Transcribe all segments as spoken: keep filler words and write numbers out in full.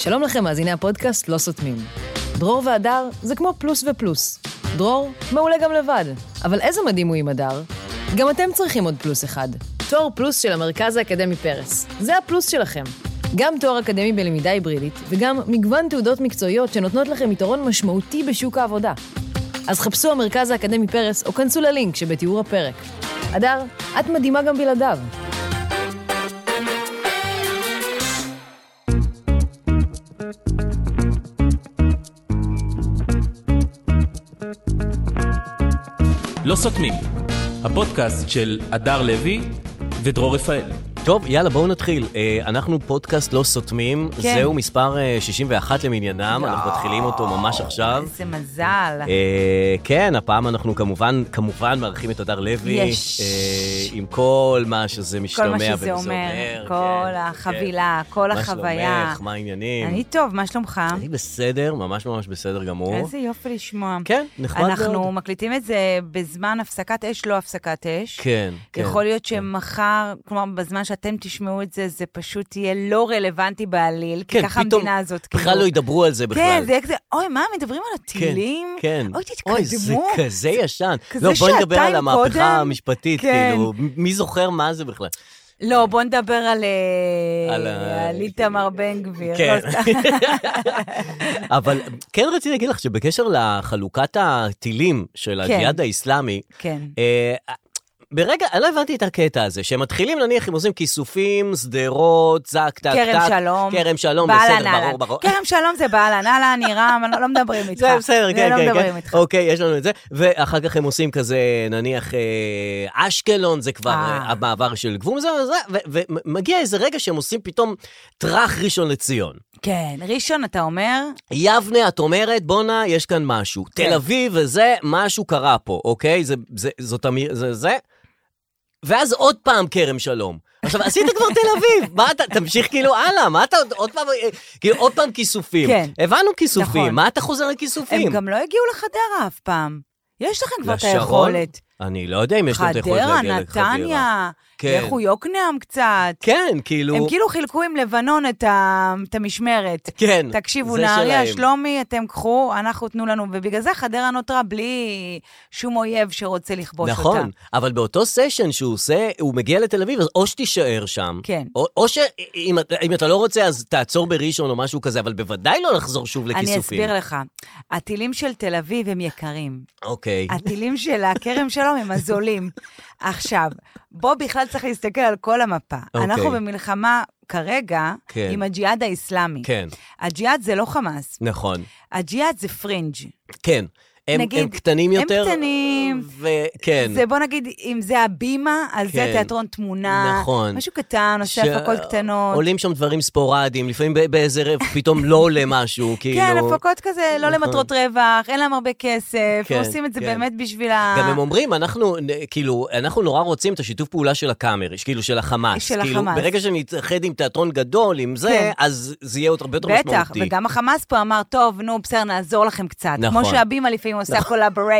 שלום לכם, מאזיני הפודקאסט לא סותמים. דרור והדר זה כמו פלוס ופלוס. דרור מעולה גם לבד, אבל איזה מדהים הוא עם הדר. גם אתם צריכים עוד פלוס אחד. תואר פלוס של המרכז האקדמי פרס. זה הפלוס שלכם. גם תואר אקדמי בלמידה היברידית, וגם מגוון תעודות מקצועיות שנותנות לכם יתרון משמעותי בשוק העבודה. אז חפשו המרכז האקדמי פרס, או כנסו ללינק שבתיאור הפרק. הדר, את מדהימה גם בלעדיו. לא סותמים, הפודקאסט של הדר לוי ודרור רפאל. טוב, יאללה, בואו נתחיל. אנחנו פודקאסט לא סותמים, כן. זהו מספר שישים ואחת למניינם, לא. אנחנו מתחילים אותו ממש עכשיו. איזה מזל. כן, הפעם אנחנו כמובן, כמובן מערכים את הדר לוי, יש. עם כל מה שזה משתמע כל מה שזה וזה אומר, אומר. כל כן, החבילה, כן. כל מה החוויה. מה שלומך, מה העניינים? אני טוב, מה שלומך? אני בסדר, ממש ממש בסדר גמור. איזה יופי לשמוע. כן, נחמד מאוד. אנחנו מקליטים את זה בזמן הפסקת אש, לא הפסקת אש. כן, כן. יכול להיות שמחר, כלומר, בזמן שאתם תשמעו את זה, זה פשוט יהיה לא רלוונטי בעליל, כי ככה המדינה הזאת. בכלל לא ידברו על זה בכלל. כן, זה יהיה כזה, אוי, מה, מדברים על הטילים? כן, אוי, תתקדמו. אוי, זה כזה ישן. כזה לא, בואי נדבר על שעתיים המהפכה קודם. המשפטית, כן. כאילו, מי זוכר מה זה בכלל? לא, בוא נדבר על על ה- על איתמר בן גביר. כן. לא סתם. אבל כן רציתי להגיד לך שבקשר לחלוקת הטילים של הג'יהאד האסלאמי, כן. אה, ברגע, אני לא הבנתי את הקטע הזה, שהם מתחילים נניח עם עושים כיסופים, סדרות, זק, טק, טק. כרם שלום. כרם שלום, באהלן, בסדר, אהלן. ברור, ברור. כרם שלום זה באהלן, אהלן, נראה, לא- לא מדברים איתך. זה בסדר, כן, לא כן, מדברים כן. איתך. אוקיי, יש לנו את זה. ואחר כך הם עושים כזה, נניח, אה, אשקלון, זה כבר אה. אה, המעבר של גבול, זה, זה, ו- ומגיע איזה רגע שהם עושים פתאום טרח ראשון לציון. כן, ראשון, אתה אומר? יבנה, את אומרת, בונה, יש כאן משהו. כן. תל אביב וזה, משהו קרה פה, אוקיי? זה, זה, זאת אמיר, זה, זה. ואז עוד פעם כרם שלום. עכשיו, עשית כבר תל אביב, מה אתה, תמשיך כאילו הלאה, מה אתה, עוד פעם, כאילו, עוד פעם כיסופים. כן. הבנו כיסופים, נכון. מה אתה חוזר לכיסופים? הם גם לא הגיעו לחדרה אף פעם. יש לכם כבר את לשרון? היכולת. אני לא יודע אם יש לנו את היכולת חדרה, להגיע לחדרה. נתניה, כן. לכו יוקנעם קצת. כן, כאילו... הם כאילו חילקו עם לבנון את ה- את המשמרת. כן, תקשיבו, זה נהריה, שלהם. שלומי, אתם קחו, אנחנו תנו לנו, ובגלל זה חדרה נותרה בלי שום אויב שרוצה לכבוש אותה. נכון, אבל באותו סשן שהוא עושה, הוא מגיע לתל אביב, אז או שתישאר שם, כן. או, או שאם אם אתה לא רוצה, אז תעצור בראשון או משהו כזה, אבל בוודאי לא לחזור שוב לכיסופים. אני אסביר לך. הטילים של תל אביב הם יקרים. אוקיי. הטילים של הכרם שלום הם הזולים. עכשיו, בוא בכלל צריך להסתכל על כל המפה. אוקיי. אנחנו במלחמה כרגע כן. עם הג'יהאד האסלאמי. כן. הג'יהאד זה לא חמאס. נכון. הג'יהאד זה פרינג'. כן. הם, נגיד, הם קטנים יותר. הם קטנים. וכן. זה בוא נגיד, אם זה הבימה, אז כן. זה תיאטרון תמונה. נכון. משהו קטן, עושה ש- הפקות קטנות. עולים שם דברים ספורדיים, לפעמים ב- באיזה רב, פתאום לא עולה משהו, כאילו... כן, הפקות כזה, לא נכון. למטרות רווח, אין להם הרבה כסף, כן, עושים את זה כן. באמת בשביל ה... גם הם אומרים, אנחנו, כאילו, אנחנו נורא רוצים את השיתוף פעולה של הקאמר, כאילו של החמאס. של כאילו, החמאס. ברגע שנתאחד עם תיאטרון גדול, עם זה, כן. אז זה יהיה עוד הרבה יותר בטח, משמעותי. וגם החמאס פה אמר, טוב, נו, בסדר, נעזור לכם קצת. נכון. כמו שהבימה לפעמים עושה קולאבוריישן.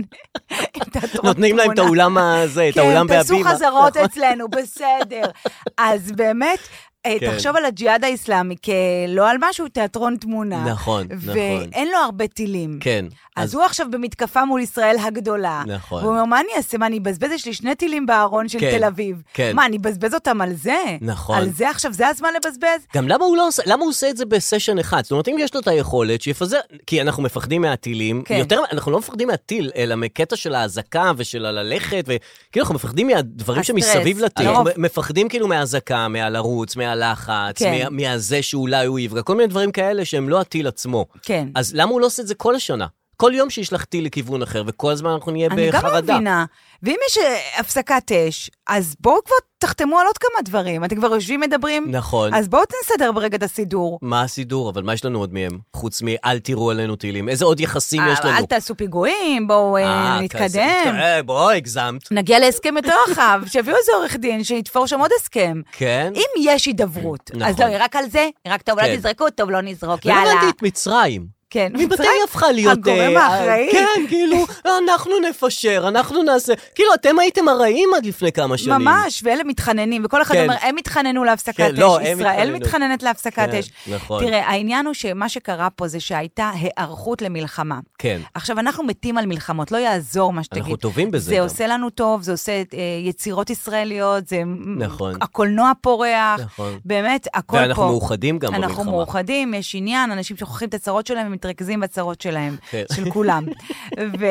נותנים להם את האולם הזה, את האולם כן, תעשו בהבימה. חזרות אצלנו, בסדר. אז באמת, אה, כן. תחשוב על הג'יהאד האסלאמי, כלא על משהו, תיאטרון תמונה. נכון, נכון. ואין לו הרבה טילים. כן. אז הוא עכשיו במתקפה מול ישראל הגדולה. נכון. והוא אומר, מה אני אעשה? מה, אני אבזבז? יש לי שני טילים בארון של כן, תל אביב. כן. מה, אני אבזבז אותם על זה? נכון. על זה עכשיו, זה הזמן לבזבז? גם למה הוא לא עושה, למה הוא עושה את זה בסשן אחד? זאת אומרת, אם יש לו את היכולת שיפזר, כי אנחנו מפחדים מהטילים, כן. יותר, אנחנו לא מפחדים מהטיל, אלא מקטע של ההזקה ושל הללכת, וכאילו אנחנו מפחדים מהדברים הסטרס, שמסביב לטיל. הרוב. אנחנו מפחדים כאילו מההזקה, מהלרוץ, מהלחץ, כן. מה, מהזה שאולי הוא יפגע, כל מיני דברים כאלה שהם לא הטיל עצמו. כן. אז למה הוא לא עושה את זה כל השנה? כל יום שישלח טיל לכיוון אחר, וכל הזמן אנחנו נהיה אני גם לא בחרדה. מבינה. ואם יש אה, הפסקת אש, אז בואו כבר תחתמו על עוד כמה דברים. אתם כבר יושבים מדברים? נכון. אז בואו תנסדר ברגע את הסידור. מה הסידור? אבל מה יש לנו עוד מהם? חוץ מאל תראו עלינו טילים. איזה עוד יחסים יש לנו? אל תעשו פיגועים, בואו אה, נתקדם. אה, בוא, הגזמת. נגיע להסכם יותר רחב, שיביאו איזה עורך דין, שיתפור שם עוד הסכם. כן? אם יש הידברות, אז נכון. לא, רק על זה, רק טוב, לא כן. נזרקו, טוב, לא נזרוק, ולא יאללה. הבנתי את מצרים. כן. ממתי היא הפכה להיות... הגורם האחראי. כן, כאילו, אנחנו נפשר, אנחנו נעשה... כאילו, אתם הייתם הרעים עד לפני כמה שנים. ממש, ואלה מתחננים, וכל אחד אומר, הם התחננו להפסקת אש, ישראל מתחננת להפסקת אש. נכון. תראה, העניין הוא שמה שקרה פה זה שהייתה הערכות למלחמה. כן. עכשיו, אנחנו מתים על מלחמות, לא יעזור מה שתגיד. אנחנו טובים בזה. זה עושה לנו טוב, זה עושה יצירות ישראליות, זה... נכון. הקולנוע פורח, נכון. באמת, הכל פה. ואנחנו מאוחדים גם במלחמה. אנחנו מאוחדים, יש עניין, אנשים שוכחים את הצרות שלהם ומתרכזים בצרות שלהם, כן. של כולם. ו...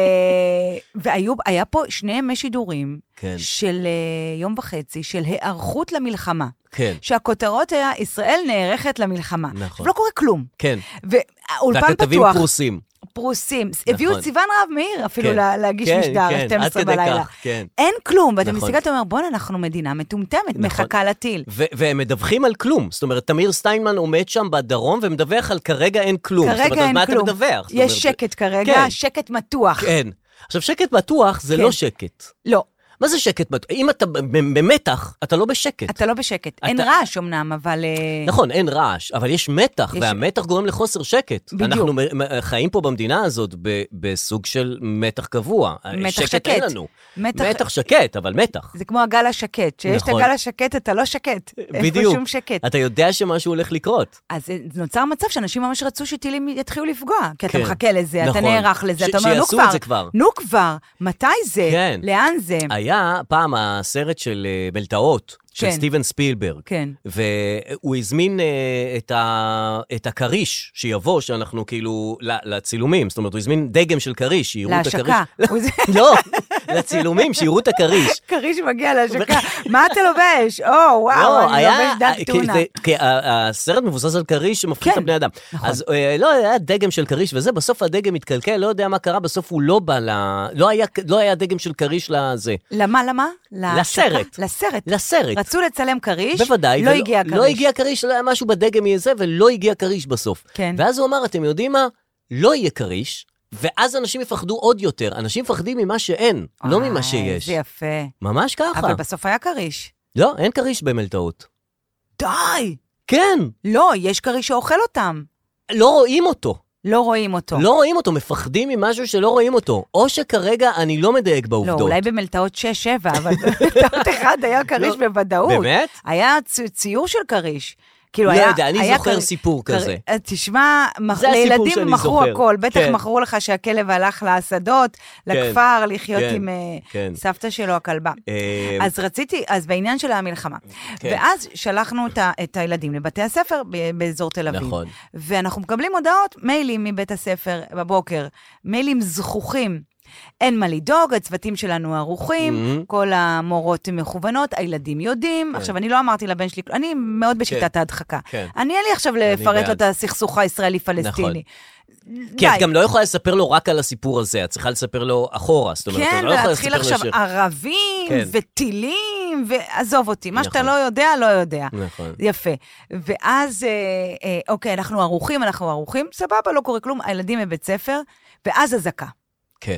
והיה פה שני ימי שידורים כן. של uh, יום וחצי, של הערכות למלחמה. כן. שהכותרות היה, ישראל נערכת למלחמה. נכון. ולא קורה כלום. כן. והאולפן פתוח. והכתבים פרוסים. פרוסים. נכון. הביאו את סיוון רהב מאיר אפילו כן. לה, להגיש כן, משדר, כן, שתים עשרה בלילה. כך, כן. אין כלום, ואתה נכון. מסתכל, אתה אומר, בוא'נה, אנחנו מדינה מטומטמת, נכון. מחכה לטיל. ו- והם מדווחים על כלום. זאת אומרת, תמיר סטיינמן עומד שם בדרום, ומדווח על כרגע אין כלום. כרגע זאת אומרת, אין מה כלום. אתה מדווח? יש אומרת, שקט כרגע, כן. שקט מתוח. כן. עכשיו, שקט בטוח זה כן. לא שקט. לא. מה זה שקט בטוח? אם אתה במתח, אתה לא בשקט. אתה לא בשקט. אתה... אין רעש אמנם, אבל... נכון, אין רעש, אבל יש מתח, יש... והמתח גורם לחוסר שקט. בדיוק. אנחנו חיים פה במדינה הזאת ב- בסוג של מתח קבוע. מתח שקט שקט. אין לנו. מתח... מתח שקט, אבל מתח. זה כמו הגל השקט. שיש נכון. את הגל השקט, אתה לא שקט. בדיוק. איפה שום שקט. אתה יודע שמשהו הולך לקרות. אז נוצר מצב שאנשים ממש רצו שטילים יתחילו לפגוע, כי אתה כן. מחכה לזה, נכון. אתה נערך לזה, ש- אתה אומר, נו שיעשו כבר, את זה כבר. נו כבר, מתי זה? כן. לאן זה? היה פעם הסרט של uh, מלטעות, של כן. סטיבן ספילברג. כן. והוא הזמין uh, את, ה, את הקריש שיבוא, שאנחנו כאילו, לצילומים, זאת אומרת, הוא הזמין דגם של קריש, שיראו את הקריש. להשקה. לא, לצילומים, שיראו את הקריש. קריש מגיע להשקה, מה אתה לובש? או, וואו, אני לובש דג טונה. כי הסרט מבוסס על קריש שמפחיד את הבני אדם. אז לא, היה דגם של קריש וזה, בסוף הדגם התקלקל, לא יודע מה קרה, בסוף הוא לא בא ל... לא היה דגם של קריש לזה. למה, למה? לסרט. לסרט. לסרט. רצו לצלם קריש, בוודאי, לא הגיע קריש. לא הגיע קריש, לא היה משהו בדגם מזה, ולא הגיע קריש בסוף. כן. ואז הוא אמר, אתם יודעים מה? לא יהיה קריש, ואז אנשים יפחדו עוד יותר. אנשים מפחדים ממה שאין, לא ממה שיש. זה יפה. ממש ככה. אבל בסוף היה קריש. לא, אין קריש במלטעות. די! כן. לא, יש קריש שאוכל אותם. לא רואים אותו. לא רואים אותו. לא רואים אותו, מפחדים ממשהו שלא רואים אותו. או שכרגע אני לא מדייק בעובדות. לא, אולי במלטעות שש שבע, אבל במלטעות אחד היה קריש בוודאות. באמת? היה ציור של קריש. כאילו לא היה, יודע, אני היה זוכר קר... סיפור קר... כזה. תשמע, זה לילדים שאני מכרו זוכר. הכל, בטח כן. מכרו לך שהכלב הלך לשדות, לכפר, לחיות כן, עם כן. סבתא שלו, הכלבה. אה, אז רציתי, אז בעניין של המלחמה. כן. ואז שלחנו את, ה, את הילדים לבתי הספר ב- באזור תל אביב. נכון. ואנחנו מקבלים הודעות, מיילים מבית הספר בבוקר, מיילים זכוכים. אין מה לדאוג, הצוותים שלנו ערוכים, mm-hmm. כל המורות מכוונות, הילדים יודעים. כן. עכשיו, אני לא אמרתי לבן שלי, אני מאוד בשיטת כן. ההדחקה. כן. אני אין לי עכשיו לפרט לו את הסכסוך הישראלי-פלסטיני. נכון. כי את גם לא יכולה לספר לו רק על הסיפור הזה, את צריכה לספר לו אחורה. זאת אומרת, כן, לא ולהתחיל עכשיו ש... ערבים כן. וטילים, ועזוב אותי, מה נכון. שאתה לא יודע, לא יודע. נכון. יפה. ואז, אוקיי, אנחנו ערוכים, אנחנו ערוכים, סבבה, לא קורה כלום, הילדים מבית ספר, ואז הזקה. כן.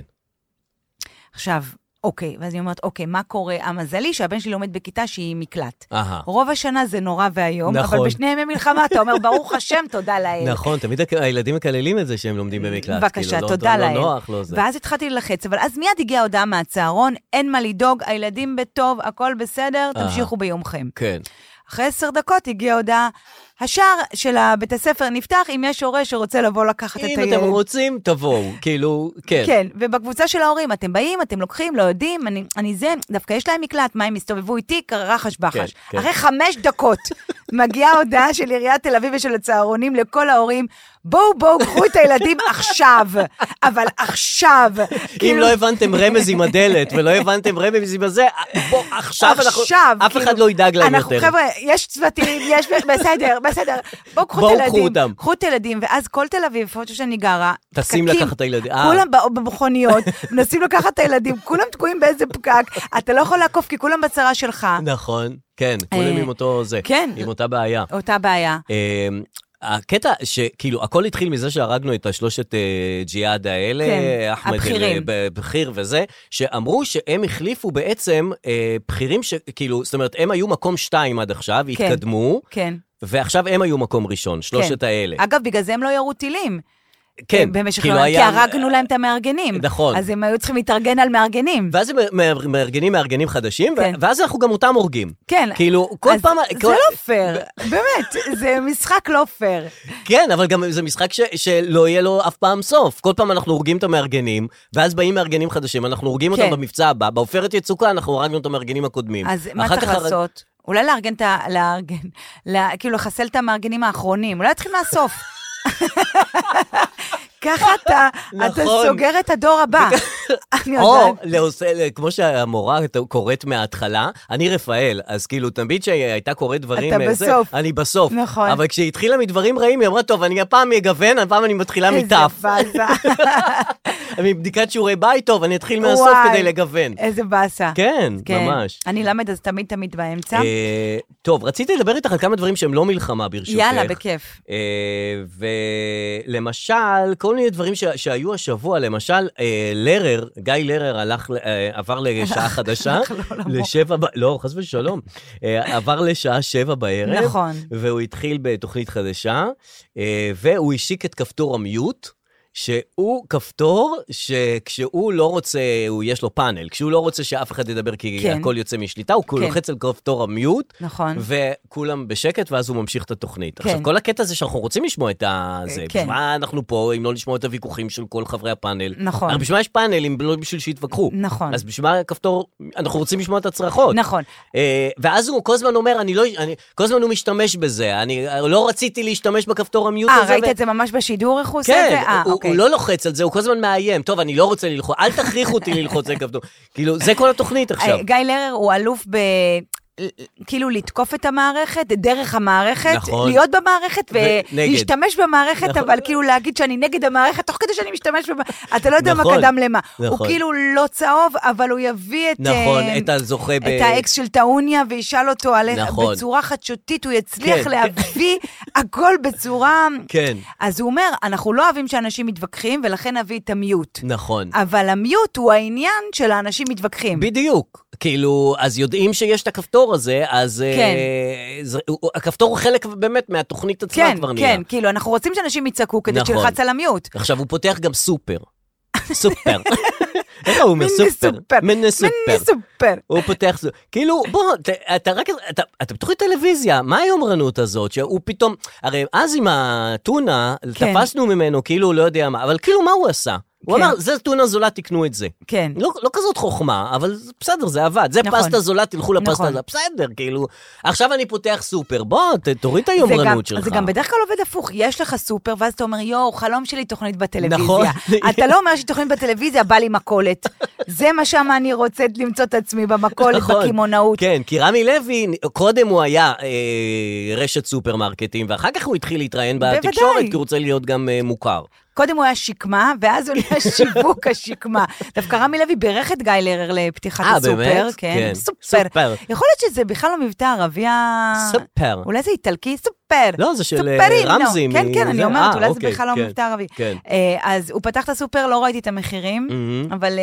עכשיו, אוקיי, ואז אני אומרת, אוקיי, מה קורה? המזלי שהבן שלי לומד בכיתה שהיא מקלט. Aha. רוב השנה זה נורא והיום, נכון. אבל בשני ימי מלחמה אתה אומר, ברוך השם, תודה לאל. נכון, תמיד הילדים מקללים את זה שהם לומדים במקלט. בבקשה, כאילו, תודה לא, לאל. לא נוח, לא זה. ואז התחלתי ללחץ, אבל אז מיד הגיעה הודעה מהצהרון, אין מה לדאוג, הילדים בטוב, הכל בסדר, תמשיכו ביומכם. כן. אחרי עשר דקות הגיעה הודעה, השער של בית הספר נפתח, אם יש הורה שרוצה לבוא לקחת את הילד. אם אתם רוצים, תבואו, כאילו, כן. כן, ובקבוצה של ההורים, אתם באים, אתם לוקחים, לא יודעים, אני, אני זה, דווקא יש להם מקלט, מה הם הסתובבו איתי, רחש בחש. כן, כן. אחרי חמש דקות, מגיעה הודעה של עיריית תל אביב ושל הצהרונים לכל ההורים, בואו, בואו, קחו את הילדים עכשיו, אבל עכשיו. אם כאילו... לא הבנתם רמז עם הדלת, ולא הבנתם רמז עם הזה, בוא, עכשיו, אנחנו, עכשיו אף כאילו, אחד לא ידאג להם אנחנו, יותר. חבר'ה, יש צוותים, יש, בסדר, בסדר, בואו, קחו בואו, את הילדים. קחו אותם. קחו את הילדים, ואז כל תל אביב, איפה שאני גרה, תשים פקקים, לקחת את הילדים. כולם במכוניות, מנסים לקחת את הילדים, כולם תקועים באיזה פקק, אתה לא יכול לעקוף, כי כולם בצרה שלך. נכון, כן, כולם עם אותו זה, כן. עם אותה בעיה. אותה בעיה. הקטע שכאילו הכל התחיל מזה שהרגנו את השלושת ג'יהאד האלה, כן, אחמד הבכירים. בכיר וזה, שאמרו שהם החליפו בעצם בכירים שכאילו, זאת אומרת, הם היו מקום שתיים עד עכשיו, כן, התקדמו, כן. ועכשיו הם היו מקום ראשון, שלושת כן. האלה. אגב, בגלל זה הם לא ירו טילים. כן, במשך כאילו כי היה... הרגנו להם את המארגנים. נכון. אז הם היו צריכים להתארגן על מארגנים. ואז הם מארגנים מארגנים חדשים, כן. ואז אנחנו גם אותם הורגים. כן. כאילו, כל אז פעם... זה כל... לא פייר, באמת, זה משחק לא פייר. כן, אבל גם זה משחק ש... שלא יהיה לו אף פעם סוף. כל פעם אנחנו הורגים את המארגנים, ואז באים מארגנים חדשים, אנחנו הורגים אותם כן. במבצע הבא, בעופרת יצוקה אנחנו הורגנו את המארגנים הקודמים. אז מה צריך הר... לעשות? אולי לארגן את ה... לארגן, לה... כאילו לחסל את המארגנים האחרונים, אולי להתחיל מהסוף. ככה אתה, אתה נכון. סוגר את הדור הבא. אני או, יודעת. לעושה, כמו שהמורה קוראת מההתחלה, אני רפאל, אז כאילו תמיד שהייתה קוראת דברים... אתה זה, בסוף. אני בסוף. נכון. אבל כשהתחילה מדברים רעים, היא אמרה, טוב, אני הפעם אגוון, הפעם אני מתחילה איזה מתף. באסה. מבדיקת שיעורי בית, טוב, אני אתחיל מהסוף וואי, כדי לגוון. איזה באסה. כן, כן. ממש. אני למד אז תמיד תמיד באמצע. אה, טוב, רציתי לדבר איתך על כמה דברים שהם לא מלחמה ברשותך. יאללה, בכיף. אה, ולמשל, כל מיני דברים ש- שהיו השבוע, למשל, אה, לרר, גיא לרר הלך, אה, עבר לשעה חדשה, לשבע, ב- לא, חס ושלום, אה, עבר לשעה שבע בערב, נכון. והוא התחיל בתוכנית חדשה, אה, והוא השיק את כפתור המיוט, שהוא כפתור שכשהוא לא רוצה, הוא יש לו פאנל, כשהוא לא רוצה שאף אחד ידבר כי כן. הכל יוצא משליטה, הוא כן. לוחץ על כפתור המיוט, נכון. וכולם בשקט, ואז הוא ממשיך את התוכנית. כן. עכשיו, כל הקטע זה שאנחנו רוצים לשמוע את זה, כן. בשביל מה אנחנו פה, אם לא לשמוע את הוויכוחים של כל חברי הפאנל. נכון. אבל בשביל מה יש פאנל, אם לא בשביל שיתווכחו. נכון. אז בשביל מה הכפתור, אנחנו רוצים לשמוע את הצרחות. נכון. אה, ואז הוא כל הזמן אומר, אני לא, אני, כל הזמן הוא משתמש בזה, אני לא רציתי להשתמש בכפתור המיוט הזה. אה, ראית ו... את זה ממש בשידור, איך הוא עושה את כן, זה? אה, הוא, אוקיי. הוא לא לוחץ על זה, הוא כל הזמן מאיים. טוב, אני לא רוצה ללחוץ, אל תכריחו אותי ללחוץ על כפתור. כאילו, זה כל התוכנית עכשיו. גיא לרר הוא אלוף ב... כאילו לתקוף את המערכת, דרך המערכת, נכון. להיות במערכת ונגד. ולהשתמש במערכת, נכון. אבל כאילו להגיד שאני נגד המערכת, תוך כדי שאני משתמש במערכת, אתה לא יודע נכון. מה קדם למה. הוא נכון. כאילו לא צהוב, אבל הוא יביא את... נכון, אה, את הזוכה ב... את האקס של טאוניה, וישאל אותו על נכון. בצורה חדשותית, הוא יצליח כן, להביא הכל בצורה... כן. אז הוא אומר, אנחנו לא אוהבים שאנשים מתווכחים, ולכן נביא את המיוט. נכון. אבל המיוט הוא העניין של האנשים מתווכחים. בדיוק. כאילו, אז יודעים שיש את הכפתור הזה, אז כן. אה, זה, הוא- הכפתור הוא חלק באמת מהתוכנית עצמה כן, כבר נהיה. כן, כאילו, אנחנו רוצים שאנשים יצעקו כדי נכון. שילחץ על המיוט. עכשיו, הוא פותח גם סופר. סופר. איך הוא אומר? מיני סופר. סופר. מיני סופר. מיני סופר. הוא פותח סופר. כאילו, בוא, ת- אתה רק, אתה, אתה בתוכנית טלוויזיה, מה היומרנות הזאת? שהוא פתאום, הרי אז עם הטונה, כן. תפסנו ממנו, כאילו, הוא לא יודע מה, אבל כאילו, מה הוא עשה? הוא כן. אמר, זה טונה זולה, תקנו את זה. כן. לא, לא כזאת חוכמה, אבל זה- בסדר, זה עבד. זה נכון. פסטה זולה, תלכו לפסטה נכון. זולה. בסדר, כאילו, עכשיו אני פותח סופר, בוא, ת- תוריד את זה גם, היומרנות שלך. זה גם בדרך כלל עובד הפוך, יש לך סופר, ואז אתה אומר, יואו, חלום שלי תוכנית בטלוויזיה. נכון. אתה לא אומר שתוכנית בטלוויזיה, בא לי מכולת. זה מה שמה אני רוצה למצוא את עצמי במכולת, נכון. בקימונאות. כן, כי רמי לוי, קודם הוא היה אה, רשת סופרמרקטים, ואחר כך הוא התחיל להתראיין בוודאי. בתקשורת, כי הוא רוצה להיות גם אה, מוכר. קודם הוא היה שקמה, ואז הוא נהיה שיווק השקמה. דווקא רמי לוי בירך את גיא לרר לפתיחת אה, הסופר. באמת? כן, כן. סופר. סופר. יכול להיות שזה בכלל לא מבטא ערבי ה... סופר. אולי זה איטלקי? סופר. לא, זה של, סופרינו. רמזי כן, מ- כן, אני זה- אומרת, אה, אולי זה אוקיי, בכלל לא כן, מבטא ערבי. כן. אה, אז הוא פתח את הסופר, לא ראיתי את המחירים, מהמם. אבל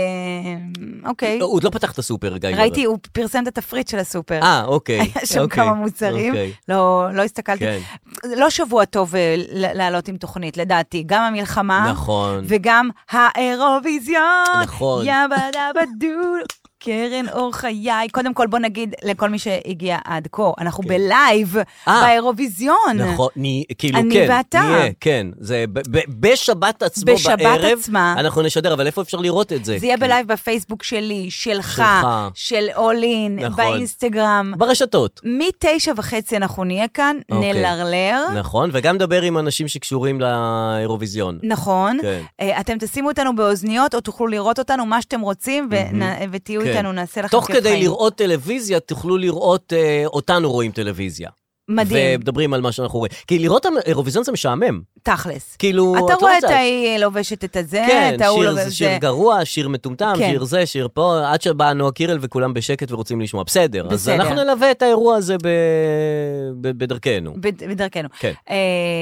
אה, אוקיי. לא, הוא עוד לא פתח את הסופר, גיא. ראיתי, הוא פרסם את התפריט של הסופר. אה, אוקיי. היה שם אוקיי, כמה מוצרים, אוקיי. לא לא הסתכלתי. כן. לא שבוע טוב אה, ל- לעלות עם תוכנית, לדעתי. גם המלחמה, נכון. וגם האירוויזיון. נכון. יא בדה בדו, קרן אור חיי. קודם כל, בוא נגיד לכל מי שהגיע עד כה, אנחנו בלייב אה. באירוויזיון. נכון, ני- כאילו אני כן, ואתה. נהיה, כן, זה ב- ב- בשבת עצמו בשבת בערב, עצמה. אנחנו נשדר, אבל איפה אפשר לראות את זה? זה יהיה כי- בלייב בפייסבוק שלי, שלך, שלך. של אולין, נכון. באינסטגרם. ברשתות. מתשע וחצי אנחנו נהיה כאן, אוקיי. נלרלר. נכון, וגם דבר עם אנשים שקשורים לאירוויזיון. נכון. כן. אה, אתם תשימו אותנו באוזניות, או תוכלו לראות אותנו, מה שאתם רוצים, ונ- ותהיו כן. איתנו, נעשה לכם תוך כיף כדי חיים. לראות טלוויזיה, תוכלו לראות אה, אותנו רואים טלוויזיה. מדהים, ומדברים על מה שאנחנו רואים. כי לראות אירוויזיון זה משעמם. תכלס. כאילו, אתה את רואה רוצה- את ההיא לובשת את הזה, כן, את ההוא שיר, לובש... זה שיר גרוע, שיר מטומטם, כן. שיר זה, שיר פה, עד שבא נועה קירל וכולם בשקט ורוצים לשמוע. בסדר, אז בסדר. אנחנו נלווה את האירוע הזה ב... ב... בדרכנו. בד- בדרכנו. כן. אה,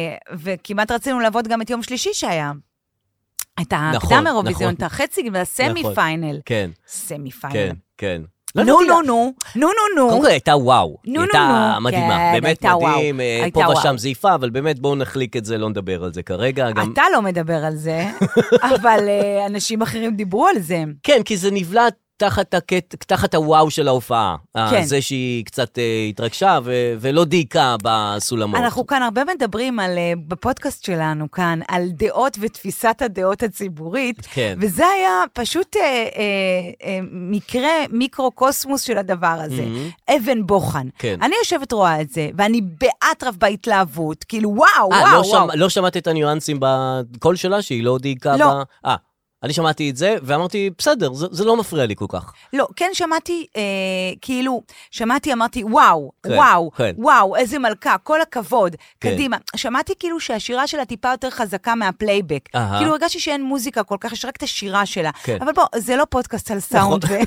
וכמעט רצינו לעבוד גם את יום שלישי שהיה. את נכון, הקדם אירוויזיון, נכון. את החצי והסמי נכון. פיינל. כן, סמי פיינל. כן, כן. לא נו, הבנתי נו, לה. נו, נו, נו, נו. קודם כל הייתה וואו, נו, היא הייתה נו, נו. מדהימה, כן, באמת הייתה וואו. מדהים, אה, הייתה פה וואו. ושם זיפה, אבל באמת בואו נחליק את זה, לא נדבר על זה כרגע. גם... אתה לא מדבר על זה, אבל אה, אנשים אחרים דיברו על זה. כן, כי זה נבלע תחת, הקט, תחת הוואו של ההופעה. כן. זה שהיא קצת אה, התרגשה ו- ולא דייקה בסולמות. אנחנו כאן הרבה מדברים על, אה, בפודקאסט שלנו כאן, על דעות ותפיסת הדעות הציבורית, כן. וזה היה פשוט אה, אה, אה, מקרה מיקרו-קוסמוס של הדבר הזה. Mm-hmm. אבן בוחן. כן. אני יושבת רואה את זה, ואני באטרף בהתלהבות, כאילו וואו, 아, וואו, לא, וואו. שמע, לא שמעת את הניואנסים בקול שלה, שהיא לא דייקה לא. ב... אה, אני שמעתי את זה, ואמרתי, בסדר, זה, זה לא מפריע לי כל כך. לא, כן שמעתי, אה, כאילו, שמעתי, אמרתי, וואו, כן, וואו, כן. וואו, איזה מלכה, כל הכבוד, כן. קדימה. שמעתי כאילו שהשירה שלה טיפה יותר חזקה מהפלייבק. אהה. כאילו הרגשתי שאין מוזיקה כל כך, יש רק את השירה שלה. כן. אבל בוא, זה לא פודקאסט על סאונד. ו...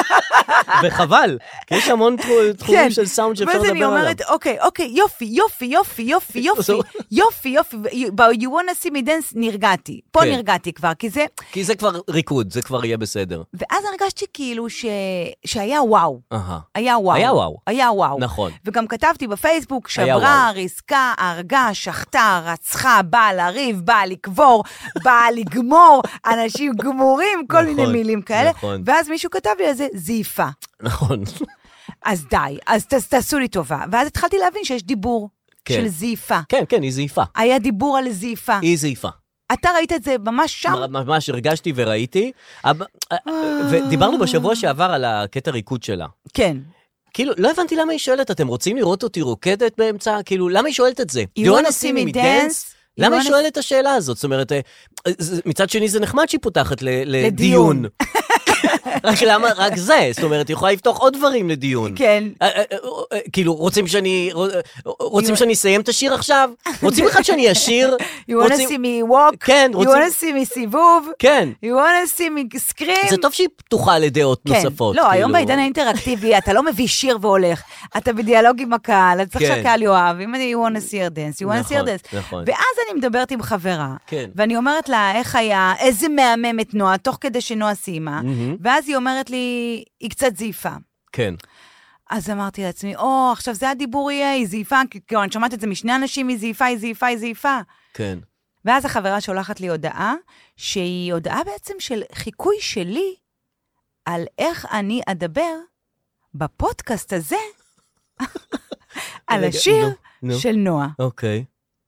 וחבל, כי יש המון תחומים כן. של סאונד שאפשר ואז לדבר אני עליו. אומרת, אוקיי, אוקיי, יופי, יופי, יופי, יופי, יופי, יופי, יופי, ב- you wanna see me dance, נרגעתי. פה כן. נרגעתי כבר, כי זה... כי זה כבר ריקוד, זה כבר יהיה בסדר. ואז הרגשתי כאילו ש... שהיה וואו. אהה. היה וואו. היה וואו. היה וואו. נכון. וגם כתבתי בפייסבוק, היה שברה, וואו. ריסקה, הרגה, שחטה, רצחה, באה לריב, באה לקבור, באה לגמור, אנשים גמורים, כל נכון, מיני מילים כאלה. נכון. ואז מישהו כתב לי על זה, זיפה. נכון. אז די, אז ת, תעשו לי טובה. ואז התחלתי להבין שיש דיבור כן. של זיפה. כן, כן, היא זיפה. היה דיבור על זיפה. היא זיפה. אתה ראית את זה ממש שם? ממש הרגשתי וראיתי, אבל- ודיברנו בשבוע שעבר על הקטע ריקוד שלה. כן. כאילו, לא הבנתי למה היא שואלת, אתם רוצים לראות אותי רוקדת באמצע? כאילו, למה היא שואלת את זה? You wanna see me dance? למה You היא wanna- שואלת את השאלה הזאת? זאת אומרת, אה, זה- מצד שני זה נחמד שהיא פותחת ל- לדיון. לדיון. רק למה, רק זה, זאת אומרת, היא יכולה לפתוח עוד דברים לדיון. כן. אה, אה, אה, אה, כאילו, רוצים שאני, רוצים שאני אסיים את השיר עכשיו? רוצים אחד שאני אשיר? You wanna רוצים- see me walk? כן, You רוצים- wanna see me סיבוב? כן. You wanna see me scream? זה טוב שהיא פתוחה לדעות כן. נוספות. לא, היום כאילו. בעידן האינטראקטיבי, אתה לא מביא שיר והולך, אתה בדיאלוג עם הקהל, אתה צריך כן. שהקהל יאהב, אם אני you wanna see her dance, you wanna see her נכון, dance. נכון. ואז אני מדברת עם חברה, כן. ואני אומרת לה, איך היה, איזה מהממת נועה, תוך כדי שנועה סיימה, ואז היא אומרת לי, היא קצת זיפה. כן. אז אמרתי לעצמי, או, עכשיו זה הדיבור יהיה, היא זיפה, כי כאילו, אני שמעת את זה משני אנשים, היא זיפה, היא זיפה, היא זיפה. כן. ואז החברה שולחת לי הודעה, שהיא הודעה בעצם של חיקוי שלי, על איך אני אדבר בפודקאסט הזה, על רגע, השיר נו, נו. של נועה. אוקיי.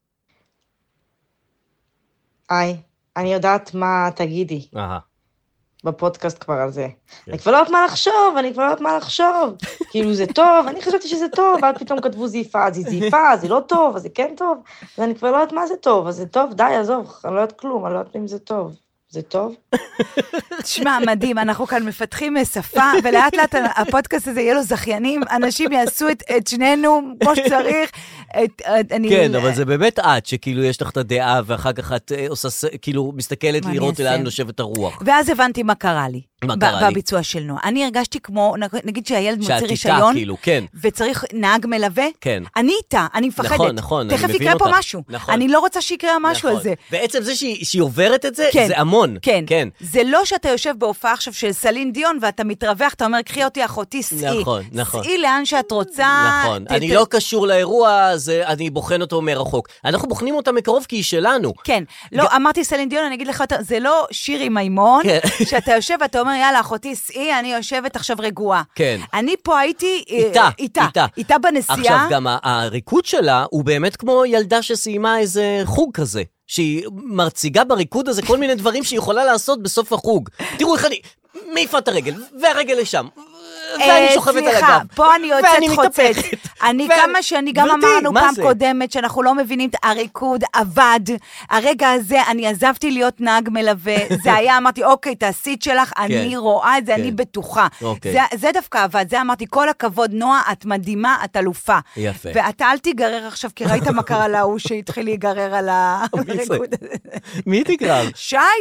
היי, אני יודעת מה תגידי אהה. בפודקאסט כבר על זה. אני כבר לא יודעת מה לחשוב, אני כבר לא יודעת מה לחשוב. כאילו זה טוב, אני חשבתי שזה טוב, ואז פתאום כתבו זיפה, אז היא זיפה, אז זה לא טוב, אז זה כן טוב. ואני כבר לא יודעת מה זה טוב, אז זה טוב, די, עזוב, אני לא יודעת כלום, אני לא יודעת אם זה טוב. זה טוב? תשמע, מדהים, אנחנו כאן מפתחים שפה, ולאט לאט הפודקאסט הזה יהיה לו זכיינים, אנשים יעשו את, את שנינו כמו שצריך. את, את, אני, כן, אבל זה באמת את, שכאילו יש לך את הדעה, ואחר כך את אה, עושה, ס- כאילו, מסתכלת מה אני לראות אעשה? לאן נושבת הרוח. ואז הבנתי מה קרה לי. מה ב- קרה לי? בביצוע של נועה. אני הרגשתי כמו, נגיד שהילד מוציא שאת איתה, רישיון, כאילו, כן. וצריך נהג מלווה, כן. אני איתה, אני מפחדת. נכון, נכון, אני תכף מבין יקרה פה אותך. משהו. נכון. אני לא רוצה שיקרה משהו נכון. על זה. בעצם זה שהיא, שהיא עוברת את זה, כן, זה המון. כן. כן. זה לא שאתה יושב בהופעה עכשיו של סלין דיון, ואתה מתרווח, אתה אומר, קחי אותי אחותי, סעי. נכון, נכון. סעי לאן שאת רוצה. נכון, ת- אני ת- לא קשור לאירוע, זה, אני בוחן אותו מרחוק. אנחנו בוחנים אותה מקרוב כי היא שלנו. כן, לא, אמרתי סלין דיון, אני אגיד לך, יותר, זה לא שירי מימון, כן. שאתה יושב ואתה אומר, יאללה, אחותי, סעי, אני יושבת עכשיו רגועה. כן. אני פה הייתי אה, איתה, איתה, איתה. איתה בנסיעה. עכשיו, גם ה- הריקוד שלה הוא באמת כמו ילדה שסיימה איזה חוג כזה, שהיא מרציגה בריקוד הזה כל מיני דברים שהיא יכולה לעשות בסוף החוג. תראו איך אני מעיפה את הרגל, והרגל לשם, ואני אה, שוכבת על סליחה, הגב. פה אני יוצאת ואני חוצץ. מתהפכת. אני ואני- כמה שאני גם גברתי, אמרנו מה פעם זה? קודמת, שאנחנו לא מבינים, הריקוד עבד, הרגע הזה, אני עזבתי להיות נהג מלווה, זה היה, אמרתי, אוקיי, תעשי את שלך, אני רואה את זה, אני כן. בטוחה. אוקיי. זה- זה דווקא עבד, זה אמרתי, כל הכבוד, נועה, את מדהימה, את אלופה. יפה. ואתה אל תיגרר עכשיו, כי ראית מה קרה להוא שהתחיל להיגרר על ה- מי זה? הריקוד הזה. מי תקרא? שי,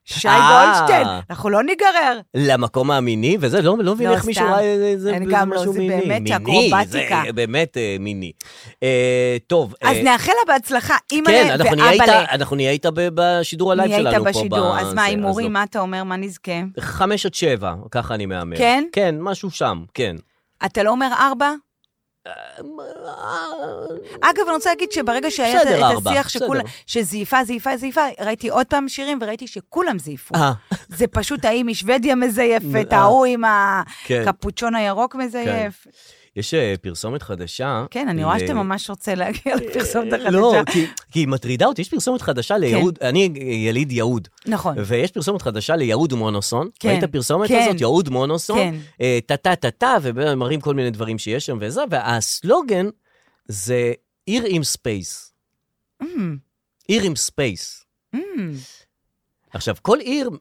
שי גולדשטיין, אנחנו לא ניגרר. למקום המיני, וזה לא מבין איך מישהו ראה איזה משהו מיני. זה באמת אקרובטיקה. זה באמת מיני. טוב. אז נאחל לה בהצלחה, אימא כן, אנחנו נהיה איתה בשידור הלייב שלנו פה. נהיה איתה בשידור, אז מה, הימורים, מה אתה אומר, מה נזכה? חמש עד שבע, ככה אני מאמר. כן? כן, משהו שם, כן. אתה לא אומר ארבע? אגב, אני רוצה להגיד שברגע שהיה את השיח שזייפה, זייפה, זייפה, ראיתי עוד פעם שירים וראיתי שכולם זייפו. זה פשוט האם משוודיה מזייפת, ההוא עם הקפוצ'ון הירוק מזייף. יש פרסומת חדשה. כן, אני רואה שאתה ממש רוצה להגיע לפרסומת החדשה. לא, כי היא מטרידה אותי, יש פרסומת חדשה ליהוד, אני יליד יהוד. נכון. ויש פרסומת חדשה ליהוד מונוסון. ראית הפרסומת הזאת, יהוד מונוסון? טה-טה-טה-טה, ומראים כל מיני דברים שיש שם וזה, והסלוגן זה עיר עם ספייס. עיר עם ספייס. עכשיו, כל עיר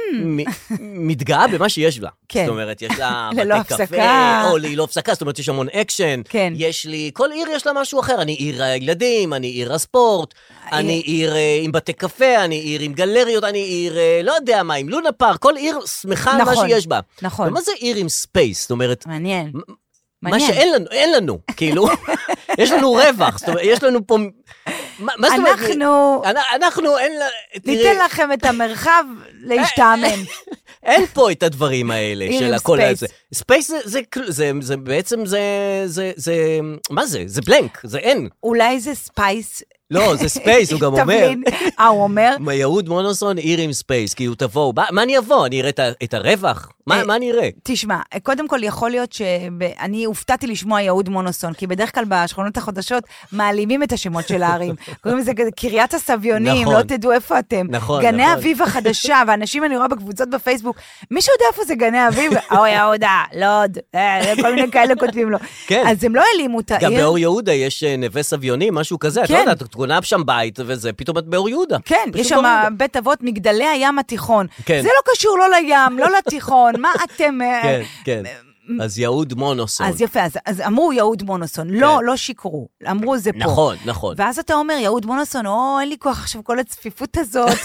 מתגאה במה שיש לה. זאת אומרת, יש לה בתי קפה, או ללא הפסקה, זאת אומרת, יש המון אקשן. יש לי, כל עיר יש לה משהו אחר. אני עיר הילדים, אני עיר הספורט, אני עיר עם בתי קפה, אני עיר עם גלריות, אני עיר, לא יודע מה, עם לונה פארק, כל עיר שמחה על מה שיש בה. נכון. ומה זה עיר עם ספייס? זאת אומרת, מעניין. מה שאין לנו, אין לנו, כאילו, יש לנו רווח, זאת אומרת, יש לנו פה... אנחנו... אנחנו, אין... ניתן לכם את המרחב להשתעמם. אין פה את הדברים האלה של הכל הזה. ספייס זה בעצם, זה... מה זה? זה בלנק, זה אין. אולי זה ספייס... לא, זה ספייס, הוא גם אומר. אה, הוא אומר? יהוד מונוסון, עיר עם ספייס, כי הוא תבוא. מה אני אבוא? אני אראה את הרווח? מה אני אראה? תשמע, קודם כל יכול להיות שאני הופתעתי לשמוע יהוד מונוסון, כי בדרך כלל בשכונות החדשות מעלימים את השמות של הערים. קוראים לזה קריית הסביונים, לא תדעו איפה אתם. גני אביב החדשה, ואנשים אני רואה בקבוצות בפייסבוק, מישהו יודע איפה זה גני אביב? אור יהודה, לוד, כל מיני כאלה כותבים לו. אז הם לא העלימו את העיר. גם באור יהודה יש נווה סביונים, משהו כזה. את לא יודעת, את קונה שם בית וזה, פתאום את באור יהודה. כן, יש שם בית אבות, מגדלי הים התיכון. זה לא קשור לא לים, לא לתיכון. מה אתם... כן, כן. אז יהוד מונוסון. אז יפה, אז, אז אמרו יהוד מונוסון, כן. לא, לא שיקרו, אמרו זה פה. נכון, נכון. ואז אתה אומר, יהוד מונוסון, או, אין לי כוח עכשיו כל הצפיפות הזאת.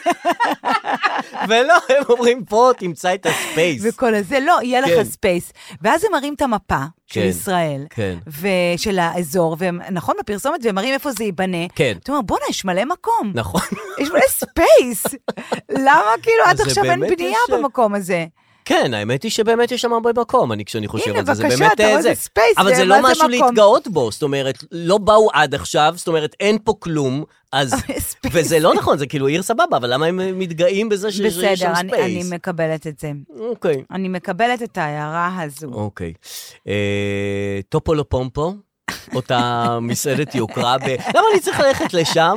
ולא, הם אומרים פה, תמצא את הספייס. וכל הזה, לא, יהיה כן. לך ספייס. ואז הם מראים את המפה כן, של ישראל, כן. ושל האזור, ונכון בפרסומת, והם מראים איפה זה ייבנה. כן. אתה אומר, בוא נה, יש מלא מקום. נכון. יש מלא ספייס. למה כאילו עד עכשיו אין בנייה ש... במקום הזה? כן, האמת היא שבאמת יש שם הרבה מקום, אני כשאני חושב על זה, זה באמת זה. הנה, בבקשה, אתה רואה זה ספייס, אבל זה לא משהו להתגאות בו, זאת אומרת, לא באו עד עכשיו, זאת אומרת, אין פה כלום, אז, וזה לא נכון, זה כאילו עיר סבבה, אבל למה הם מתגאים בזה שיש שם ספייס? בסדר, אני מקבלת את זה. אוקיי. אני מקבלת את ההערה הזו. אוקיי. טופולו פומפו, אותה מסעדת יוקרה, למה אני צריך ללכת לשם?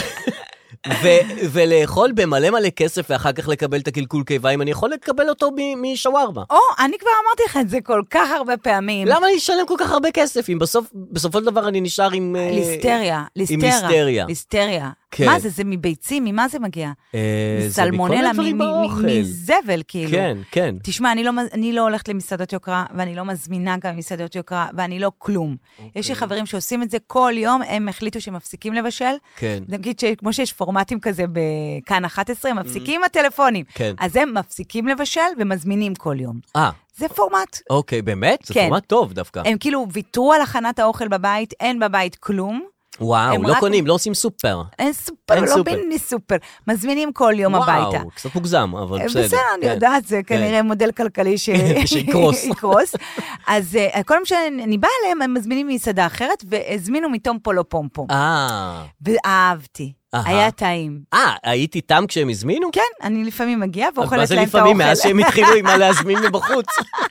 ו- ולאכול במלא מלא כסף, ואחר כך לקבל את הקלקול קיביים, אני יכול לקבל אותו משווארמה. או, אני כבר אמרתי לך את זה כל כך הרבה פעמים. למה אני אשלם כל כך הרבה כסף, אם בסוף, בסופו של דבר אני נשאר עם... ליסטריה, ליסטרה. עם ליסטריה. ליסטריה. כן. מה זה? זה מביצים? ממה זה מגיע? אה, סלמונלה, זה מכל הדברים מזבל, כאילו. כן, כן. תשמע, אני לא, אני לא הולכת למסעדות יוקרה, ואני לא מזמינה גם מסעדות יוקרה, ואני לא כלום. אוקיי. יש לי חברים שעושים את זה כל יום, הם החליטו שמפסיקים לבשל. כן. נגיד שכמו שיש פורמטים כזה בכאן אחת עשרה, הם מפסיקים הטלפונים. כן. אז הם מפסיקים לבשל ומזמינים כל יום. אה. זה פורמט. אוקיי, באמת? זה כן. פורמט טוב דווקא. הם כאילו ויתרו על הכנת האוכל בבית, אין בבית כלום. וואו, לא קונים, לא עושים סופר. אין סופר, לא ביני סופר. מזמינים כל יום הביתה. וואו, קצת מוגזם, אבל בסדר. בסדר, אני יודעת, זה כנראה מודל כלכלי שיקרוס. אז כל פעם שאני באה אליהם, הם מזמינים מסעדה אחרת, והזמינו מתום פולו פומפום. אה. ואהבתי. היה טעים. אה, היית איתם כשהם הזמינו? כן, אני לפעמים מגיעה ואוכלת להם את מה האוכל. זה לפעמים, מאז שהם התחילו עם מה להזמין מבחוץ?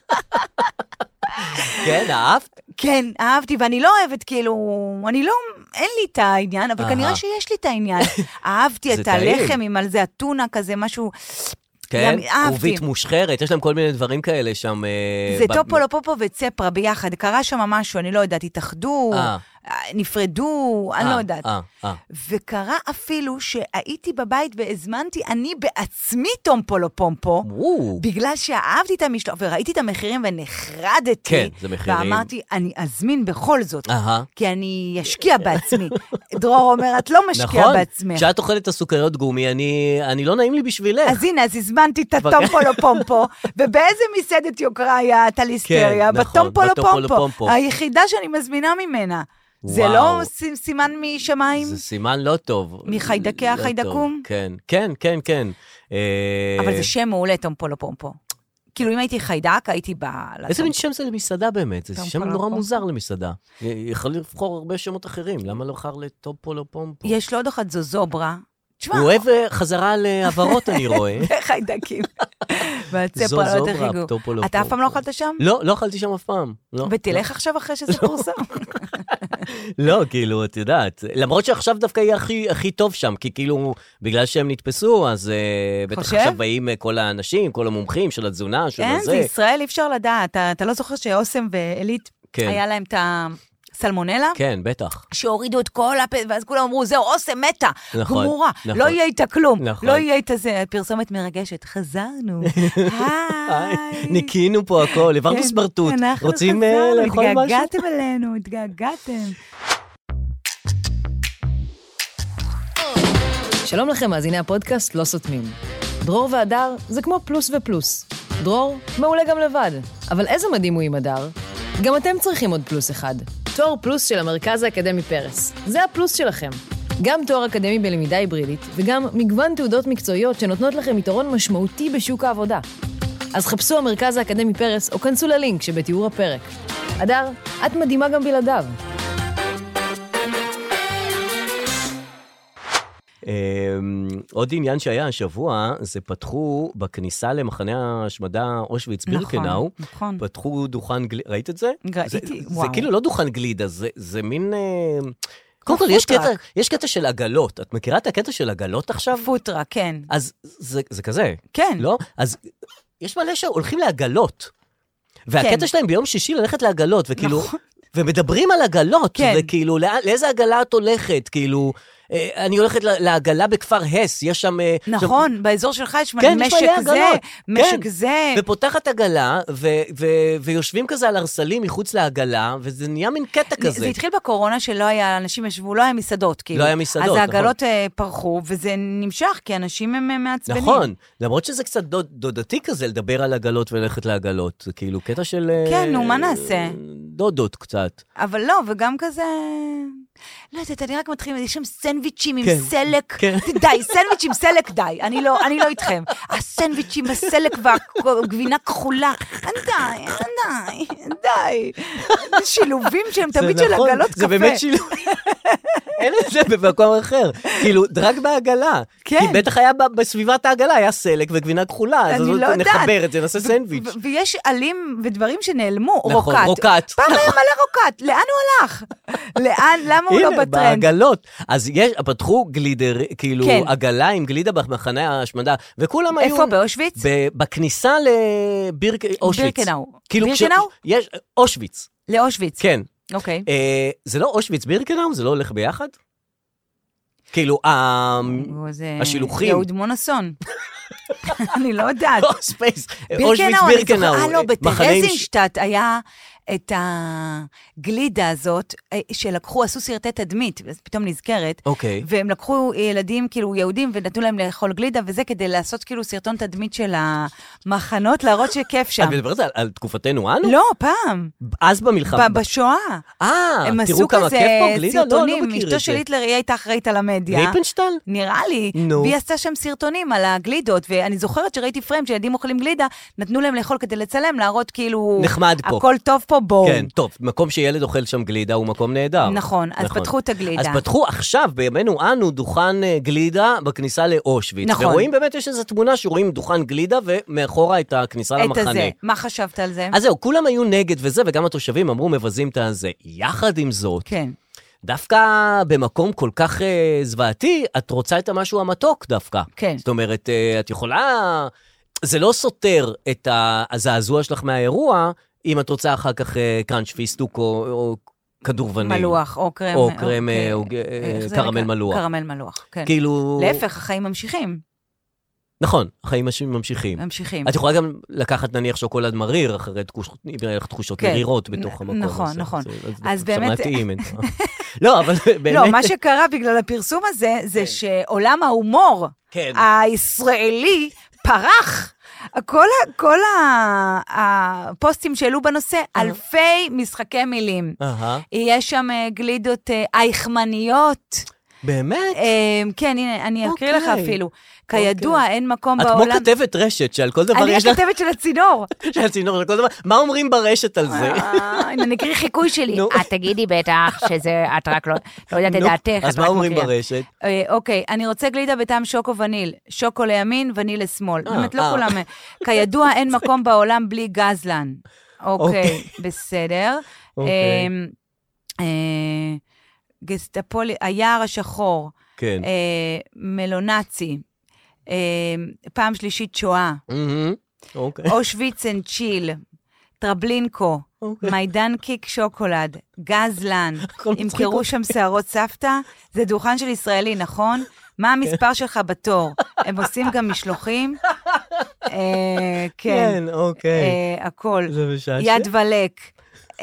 כן, אהבת? כן, אהבתי, ואני לא אוהבת, כאילו, אני לא, אין לי את העניין, אבל כנראה שיש לי את העניין. אהבתי את הלחם עם על זה אתונה כזה, משהו... כן, עובית מושחרת, יש להם כל מיני דברים כאלה שם. זה טופולו פופו וצפרה ביחד, קרה שם משהו, אני לא יודעת, התאחדו, נפרדו, אני לא יודעת. אה, אה. וקרה אפילו שהייתי בבית והזמנתי אני בעצמי טום פולו פומפו, בגלל שאהבתי את המשלוח, וראיתי את המחירים ונחרדתי, כן, זה מחירים. ואמרתי, אני אזמין בכל זאת, אהה. כי אני אשקיע בעצמי. דרור אומר, את לא משקיע נכון, בעצמך. כשאת אוכלת את הסוכריות גומי, אני, אני לא נעים לי בשבילך. אז הנה, אז הזמנתי את הטום פולו פומפו, ובאיזה מסעדת יוקרה היה הטליסטריה? כן, נכון, בטום פולו בטום פולו פומפו, פומפו. היחידה שאני מזמינה ממנה. זה וואו. לא ס- סימן משמיים? זה סימן לא טוב. מחיידקי לא החיידקום? טוב. כן, כן, כן, כן. אבל זה שם מעולה, טום פולו פומפו. כאילו, אם הייתי חיידק, הייתי באה... איזה מין שם זה למסעדה באמת? זה טום שם פולו נורא פומפו. מוזר למסעדה. יכול לבחור הרבה שמות אחרים, למה לא בחר לטום פולו פומפו? יש לו עוד אחד, זו זוברה. תשמע, הוא אוהב אה, חזרה לעברות, אני רואה. חיידקים. והצפרה זו לא זוברה, תחיגו. טום פולו אתה אף פומפו. פעם לא אכלת שם? לא, לא אכלתי שם אף פעם. לא. ותלך עכשיו אחרי שזה פורסם. לא, כאילו, את יודעת, למרות שעכשיו דווקא יהיה הכי, הכי טוב שם, כי כאילו, בגלל שהם נתפסו, אז uh, בטח חושב? עכשיו באים uh, כל האנשים, כל המומחים של התזונה, של אין, הזה. זה ישראל, אי אפשר לדעת. אתה- אתה לא זוכר שאוסם ואלית, כן. היה להם את הסלמונלה? כן, בטח. שהורידו את כל הפ... ואז כולם אמרו, זהו, אוסם מתה, נכון, גמורה, נכון. לא יהיה איתה כלום, נכון. לא יהיה איתה זה, פרסומת מרגשת, חזרנו, היי. ניקינו פה הכל, העברנו כן, סמרטוט. אנחנו רוצים אה, חזרנו, לאכול משהו? התגעגעתם אלינו, התגעגעתם. שלום לכם, מאזיני הפודקאסט לא סותמים. דרור והדר זה כמו פלוס ופלוס. דרור מעולה גם לבד, אבל איזה מדהים הוא עם הדר? גם אתם צריכים עוד פלוס אחד. תואר פלוס של המרכז האקדמי פרס. זה הפלוס שלכם. גם תואר אקדמי בלמידה היברידית, וגם מגוון תעודות מקצועיות שנותנות לכם יתרון משמעותי בשוק העבודה. אז חפשו המרכז האקדמי פרס, או כנסו ללינק שבתיאור הפרק. הדר, את מדהימה גם בלעדיו. עוד עניין שהיה השבוע, זה פתחו בכניסה למחנה ההשמדה אושוויץ בירקנאו, נכון. פתחו דוכן גלידה, ראית את זה? ראיתי, זה, וואו. זה כאילו לא דוכן גלידה, זה, זה מין... קודם כל, יש קטע, יש קטע של עגלות. את מכירה את הקטע של עגלות עכשיו? פוטרה, כן. אז זה, זה כזה. כן. לא? אז יש מלא שהולכים לעגלות. והקטע כן. שלהם ביום שישי ללכת לעגלות, וכאילו... נכון. ומדברים על עגלות, כן. וכאילו, לא, לאיזה עגלה את הולכת? כאילו, אה, אני הולכת לעגלה בכפר הס, יש שם... אה, נכון, שם... באזור שלך יש כן, יש משק מלא זה, עגלות. משק כן. זה. ופותחת עגלה, ו- ו- ויושבים כזה על הרסלים מחוץ לעגלה, וזה נהיה מין קטע כזה. זה התחיל בקורונה שלא היה, אנשים ישבו, לא היה מסעדות, כאילו. לא היה מסעדות, אז נכון. העגלות אה, פרחו, וזה נמשך, כי אנשים הם אה, מעצבנים. נכון, למרות שזה קצת דוד, דודתי כזה, לדבר על עגלות וללכת לעגלות. זה כאילו קטע של... כן, נו, מה נעשה? דודות קצת. אבל לא, וגם כזה... לא יודעת, אני רק מתחיל, יש שם סנדוויצ'ים עם כן, סלק. כן. די, סנדוויץ' עם סלק, די. אני לא, אני לא איתכם. הסנדוויצ'ים בסלק והגבינה כחולה. די, די, די. זה שילובים שהם תמיד של נכון, עגלות קפה. זה באמת שילוב. אין את זה במקום אחר. כאילו, רק בעגלה. כן. כי בטח היה ב- בסביבת העגלה, היה סלק וגבינה כחולה. אז אני לא יודעת. נחבר את זה, נעשה סנדוויץ'. ו- ויש עלים ודברים שנעלמו, נכון, רוקט. רוקט. פעם היה מלא רוקט, לאן הוא הלך? לאן, למה הוא לא הנה, בטרנד? בעגלות. אז יש, פתחו גלידר, כאילו, כן. עגלה עם גלידה במחנה ההשמדה, וכולם היו... איפה, באושוויץ? ב- בכניסה לבירק... אושוויץ. בירקנאו. כאילו, בירקנאו? כש- יש, אושוויץ, לאושוויץ. כן. אוקיי. אה, זה לא אושוויץ בירקנאו? זה לא הולך ביחד? כאילו, ה- זה השילוחים. יהוד מונוסון. אני לא יודעת. לא, ספייס, אושוויץ בירקנאו, אני בירקנאו. זוכרת, אה לא, מחנה עם ש- בטרזינשטט היה את הגלידה הזאת, אה, שלקחו, עשו סרטי תדמית, אז פתאום נזכרת, אוקיי. והם לקחו ילדים, כאילו יהודים, ונתנו להם לאכול גלידה, וזה כדי לעשות כאילו סרטון תדמית של המחנות, להראות שכיף שם. את מדברת על- על תקופתנו אנו? לא, פעם, אז במלחמה. ב- בשואה. אה, הם עשו תראו כמה כזה כיף פה, גלידה? לא, לא סרטונים, מכיר אשתו את של זה. היטלר, היא הייתה אחראית על המדיה. ריפנשטל? נראה לי, נו. והיא עשתה שם סרטונים על הגלידות, ואני זוכרת שראיתי פריים שילדים אוכלים גלידה, נתנו להם לאכול כדי לצלם, להראות כאילו... נחמד פה. הכל טוב פה, בואו. כן, טוב, מקום שילד אוכל שם גלידה הוא מקום נהדר. נכון, אז פתחו את הגלידה. אז פתחו עכשיו, בימינו אנו, דוכן אה, גלידה בכניסה לאושוויץ. נכון. ורואים באמת, יש איזו תמונה שרואים דוכן גלידה, ומאחורה את הכניסה את למחנה. הזה. מה חשבת על זה? אז זהו, כולם היו נגד וזה, וגם התושבים אמרו, מבזים את הזה. יחד עם זאת, כן. דווקא במקום כל כך אה, זוועתי, את רוצה את המשהו המתוק דווקא. כן. זאת אומרת, אה, את יכולה... זה לא סותר את הזעזוע שלך מהאירוע, אם את רוצה אחר כך אה, קראנץ' פיסטוק או, או כדורבנים. מלוח, או קרם. או קרם, אוקיי. או איך זה קרמל נקרא? מלוח. קרמל מלוח, כן. כאילו... להפך, החיים ממשיכים. נכון, החיים ממשיכים. ממשיכים. את יכולה גם לקחת נניח שוקולד מריר, אחרי תחושות כן. מרירות בתוך המקום. נכון, הזה. נכון. זה- זה- אז זה באמת- מתאים, אין מה. לא, אבל באמת... לא, מה שקרה בגלל הפרסום הזה, זה שעולם ההומור כן. הישראלי פרח. כל, ה- כל ה- הפוסטים שהעלו בנושא, אלפי משחקי מילים. אהה. יש שם אה, גלידות אה, אייכמניות. באמת? אה, כן, הנה, אני אקריא לך אוקיי. אפילו. כידוע, אין מקום את בעולם... כמו כתבת רשת, שעל כל דבר אני יש לך... הכתבת של הצינור. של צינור, על כל דבר. מה אומרים ברשת על זה? אה, הנה, אני אקריא חיקוי שלי. נו. את תגידי בטח שזה, את רק לא לא יודעת את נו, דעתך. אז את מה רק אומרים מקריאה. ברשת? אה, אוקיי, אני רוצה גלידה בטעם שוקו וניל. שוקו לימין, וניל לשמאל. אה, באמת, לא אה. כולם... כידוע, אין מקום בעולם בלי גזלן. אוקיי. אוקיי, בסדר. אוקיי. אה, אה, גסטפולי, היער השחור. כן. אה, מלונאצי. אה, פעם שלישית שואה. מהמם. אוקיי. אושוויץ אנד צ'יל. טרבלינקו. אוקיי. מיידנקיק שוקולד. גזלן. הכל מצחיק ימכרו אותי. שם שערות סבתא. זה דוכן של ישראלי, נכון? מה המספר שלך בתור? הם עושים גם משלוחים? אה, כן. כן, אוקיי. אה, הכל. זה משעשע. יד ולק. אה,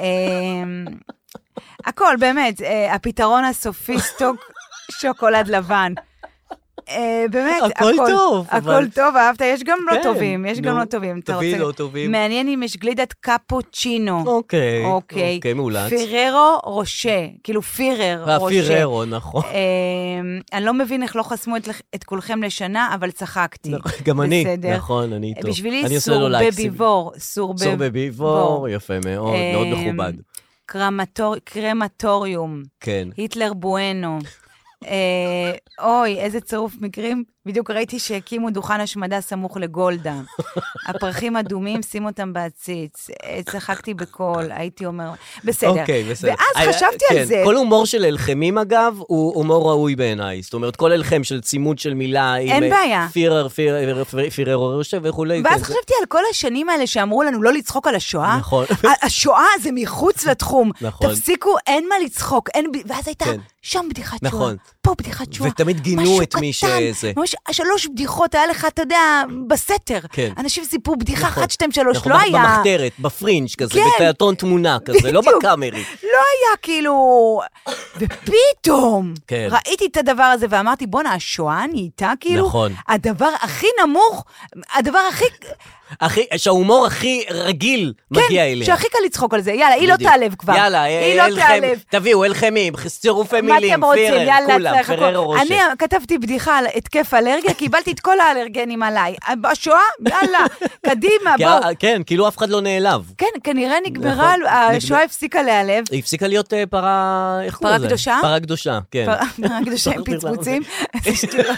הכל, באמת. אה, הפתרון הסופיסטוק, שוקולד לבן. אה, באמת, הכל טוב, הכל אבל- טוב, אהבת, יש גם לא כן, טובים, יש גם נו, לא טובים. אתה תביאי רוצה- לא טובים. מעניין אם יש גלידת קפוצ'ינו. אוקיי. אוקיי. אוקיי, מאולץ. פיררו רושה, כאילו פירר רושה. והפיררו, נכון. אה, אני לא מבין איך לא חסמו את- את כולכם לשנה, אבל צחקתי. גם אני, בסדר. נכון, אני איתו. בשבילי אני עושה לו סור לייקסים. בביבור, סור סור בביבור. בביבור, יפה מאוד, מאוד אה, מכובד. קרמטור- קרמטוריום, כן. היטלר בואנו. אה, אוי, איזה צירוף מקרים. בדיוק ראיתי שהקימו דוכן השמדה סמוך לגולדה. הפרחים אדומים, שים אותם בעציץ. אה, צחקתי בקול, הייתי אומר, בסדר. אוקיי, בסדר. ואז אה, חשבתי כן, על זה. כל הומור של אלחמים, אגב, הוא הומור ראוי בעיניי. זאת אומרת, כל אלחם של צימוד של מילה, אין עם, בעיה. אה, פירר, פירר, פירר, פירר, רושה וכולי. ואז כן, זה- חשבתי על כל השנים האלה שאמרו לנו לא לצחוק על השואה. נכון. ה- השואה זה מחוץ לתחום. נכון. תפסיקו, אין מה לצחוק. אין ב- ואז הייתה כן. שם בדיחת שואה. נכון. פה בדיחת שואה. ותמיד גינו משהו את מי קטן, שזה. ממש שלוש בדיחות היה לך, אתה יודע, בסתר. כן. אנשים סיפרו בדיחה נכון. אחת, שתיים, שלוש. נכון, לא היה... במחתרת, בפרינג' כזה, כן. בתיאטרון תמונה כזה, לא בדיוק. בקאמרי. לא היה כאילו... ופתאום כן. ראיתי את הדבר הזה ואמרתי, בואנה, השואה נהייתה כאילו... נכון. הדבר הכי נמוך, הדבר הכי... הכי, שההומור הכי רגיל מגיע כן, אליה. שהכי קל לצחוק על זה. יאללה, היא לא בדיוק. תעלב כבר. יאללה, היא לא אלחם- תעלב. תביאו, אלחמים, צירופי מה מילים, אתם רוצים? פירר, יאללה, כולם, צריך פרר הכל. רושה. אני כתבתי בדיחה על התקף אלרגיה, קיבלתי את כל האלרגנים עליי. השואה, יאללה, קדימה, כי- בואו. כן, כאילו אף אחד לא נעלב. כן, כנראה נגמרה, נכון, השואה הפסיקה להיעלב. היא הפסיקה להיות אה, פרה... איך פרה קוראים לזה? קדושה? פרה קדושה, כן. פרה קדושה עם שכחתי למה. פצפוצים. איזה שטויות.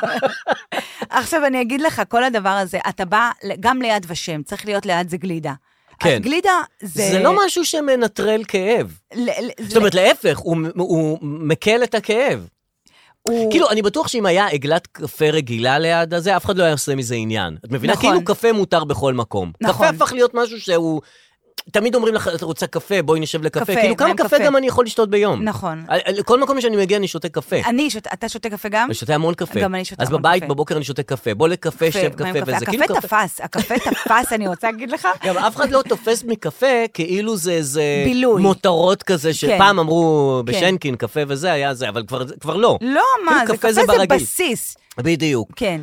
עכשיו אני אגיד לך, כל הדבר הזה, אתה בא גם ליד ושם, צריך להיות ליד זה גלידה. כן. גלידה זה... זה לא משהו שמנטרל כאב. ל- ל- זאת אומרת, להפך, הוא- הוא מקל את הכאב. הוא- כאילו, אני בטוח שאם היה עגלת קפה רגילה ליד הזה, אף אחד לא היה עושה מזה עניין. את מבינה? נכון. כאילו קפה מותר בכל מקום. נכון. קפה הפך להיות משהו שהוא... תמיד אומרים לך, אתה רוצה קפה, בואי נשב לקפה. קפה, כאילו, כמה אין קפה קפה. גם אני יכול לשתות ביום. נכון. על- על- כל מקום שאני מגיע, אני שותה קפה. אני, שותה- אתה שותה קפה גם? אני שותה המון קפה. גם אני שותה אז המון בבית קפה. בבוקר אני שותה קפה. בוא לקפה, שב מה עם קפה, וזה כאילו הקפה קפה. תפס, הקפה תפס, אני רוצה להגיד לך. גם אף אחד לא תופס מקפה כאילו זה איזה... בילוי. מותרות כזה, שפעם אמרו בשנקין קפה וזה היה זה, אבל כבר- כבר לא. לא, מה, כאילו זה קפה זה ברגיל. בסיס. בדיוק. כן.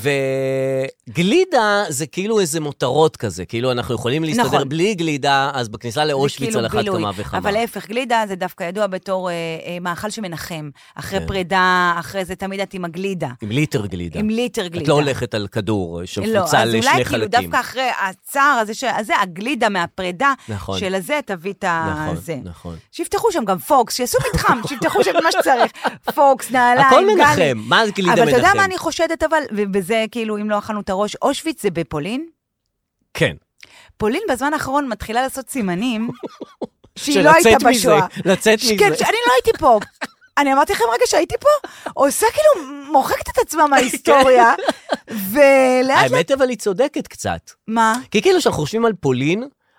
וגלידה זה כאילו איזה מותרות כזה, כאילו אנחנו יכולים להסתדר נכון. בלי גלידה, אז בכניסה לאושוויץ כאילו על אחת בילוי. כמה וכמה. אבל להפך, גלידה זה דווקא ידוע בתור אה, אה, מאכל שמנחם. אחרי כן. פרידה, אחרי זה תמיד את עם הגלידה. עם ליטר גלידה. עם ליטר גלידה. את לא הולכת על כדור לא, שמפוצל אז לשני אולי כאילו חלקים. דווקא אחרי הצער הזה, ש- הזה, הגלידה מהפרידה, נכון. של הזה, תביא את נכון, הזה. נכון. שיפתחו שם גם פוקס, שיעשו מתחם, שיפתחו שם מה שצריך. פוקס, נעליים, הכל גלי. מנחם, מה גלידה מנחם? אבל אתה יודע מה אני חושדת, אבל, ובזה כאילו, אם לא אכלנו את הראש, אושוויץ זה בפולין? כן. פולין בזמן האחרון מתחילה לעשות סימנים, שהיא שלצאת לא הייתה מזה, בשואה. לצאת כן, מזה. שאני לא הייתי פה. אני אמרתי לכם רגע שהייתי פה, עושה כאילו, מוחקת את עצמה מההיסטוריה, ולאט לאט... האמת אבל היא צודקת קצת. מה? כי כאילו שאנחנו חושבים על פולין,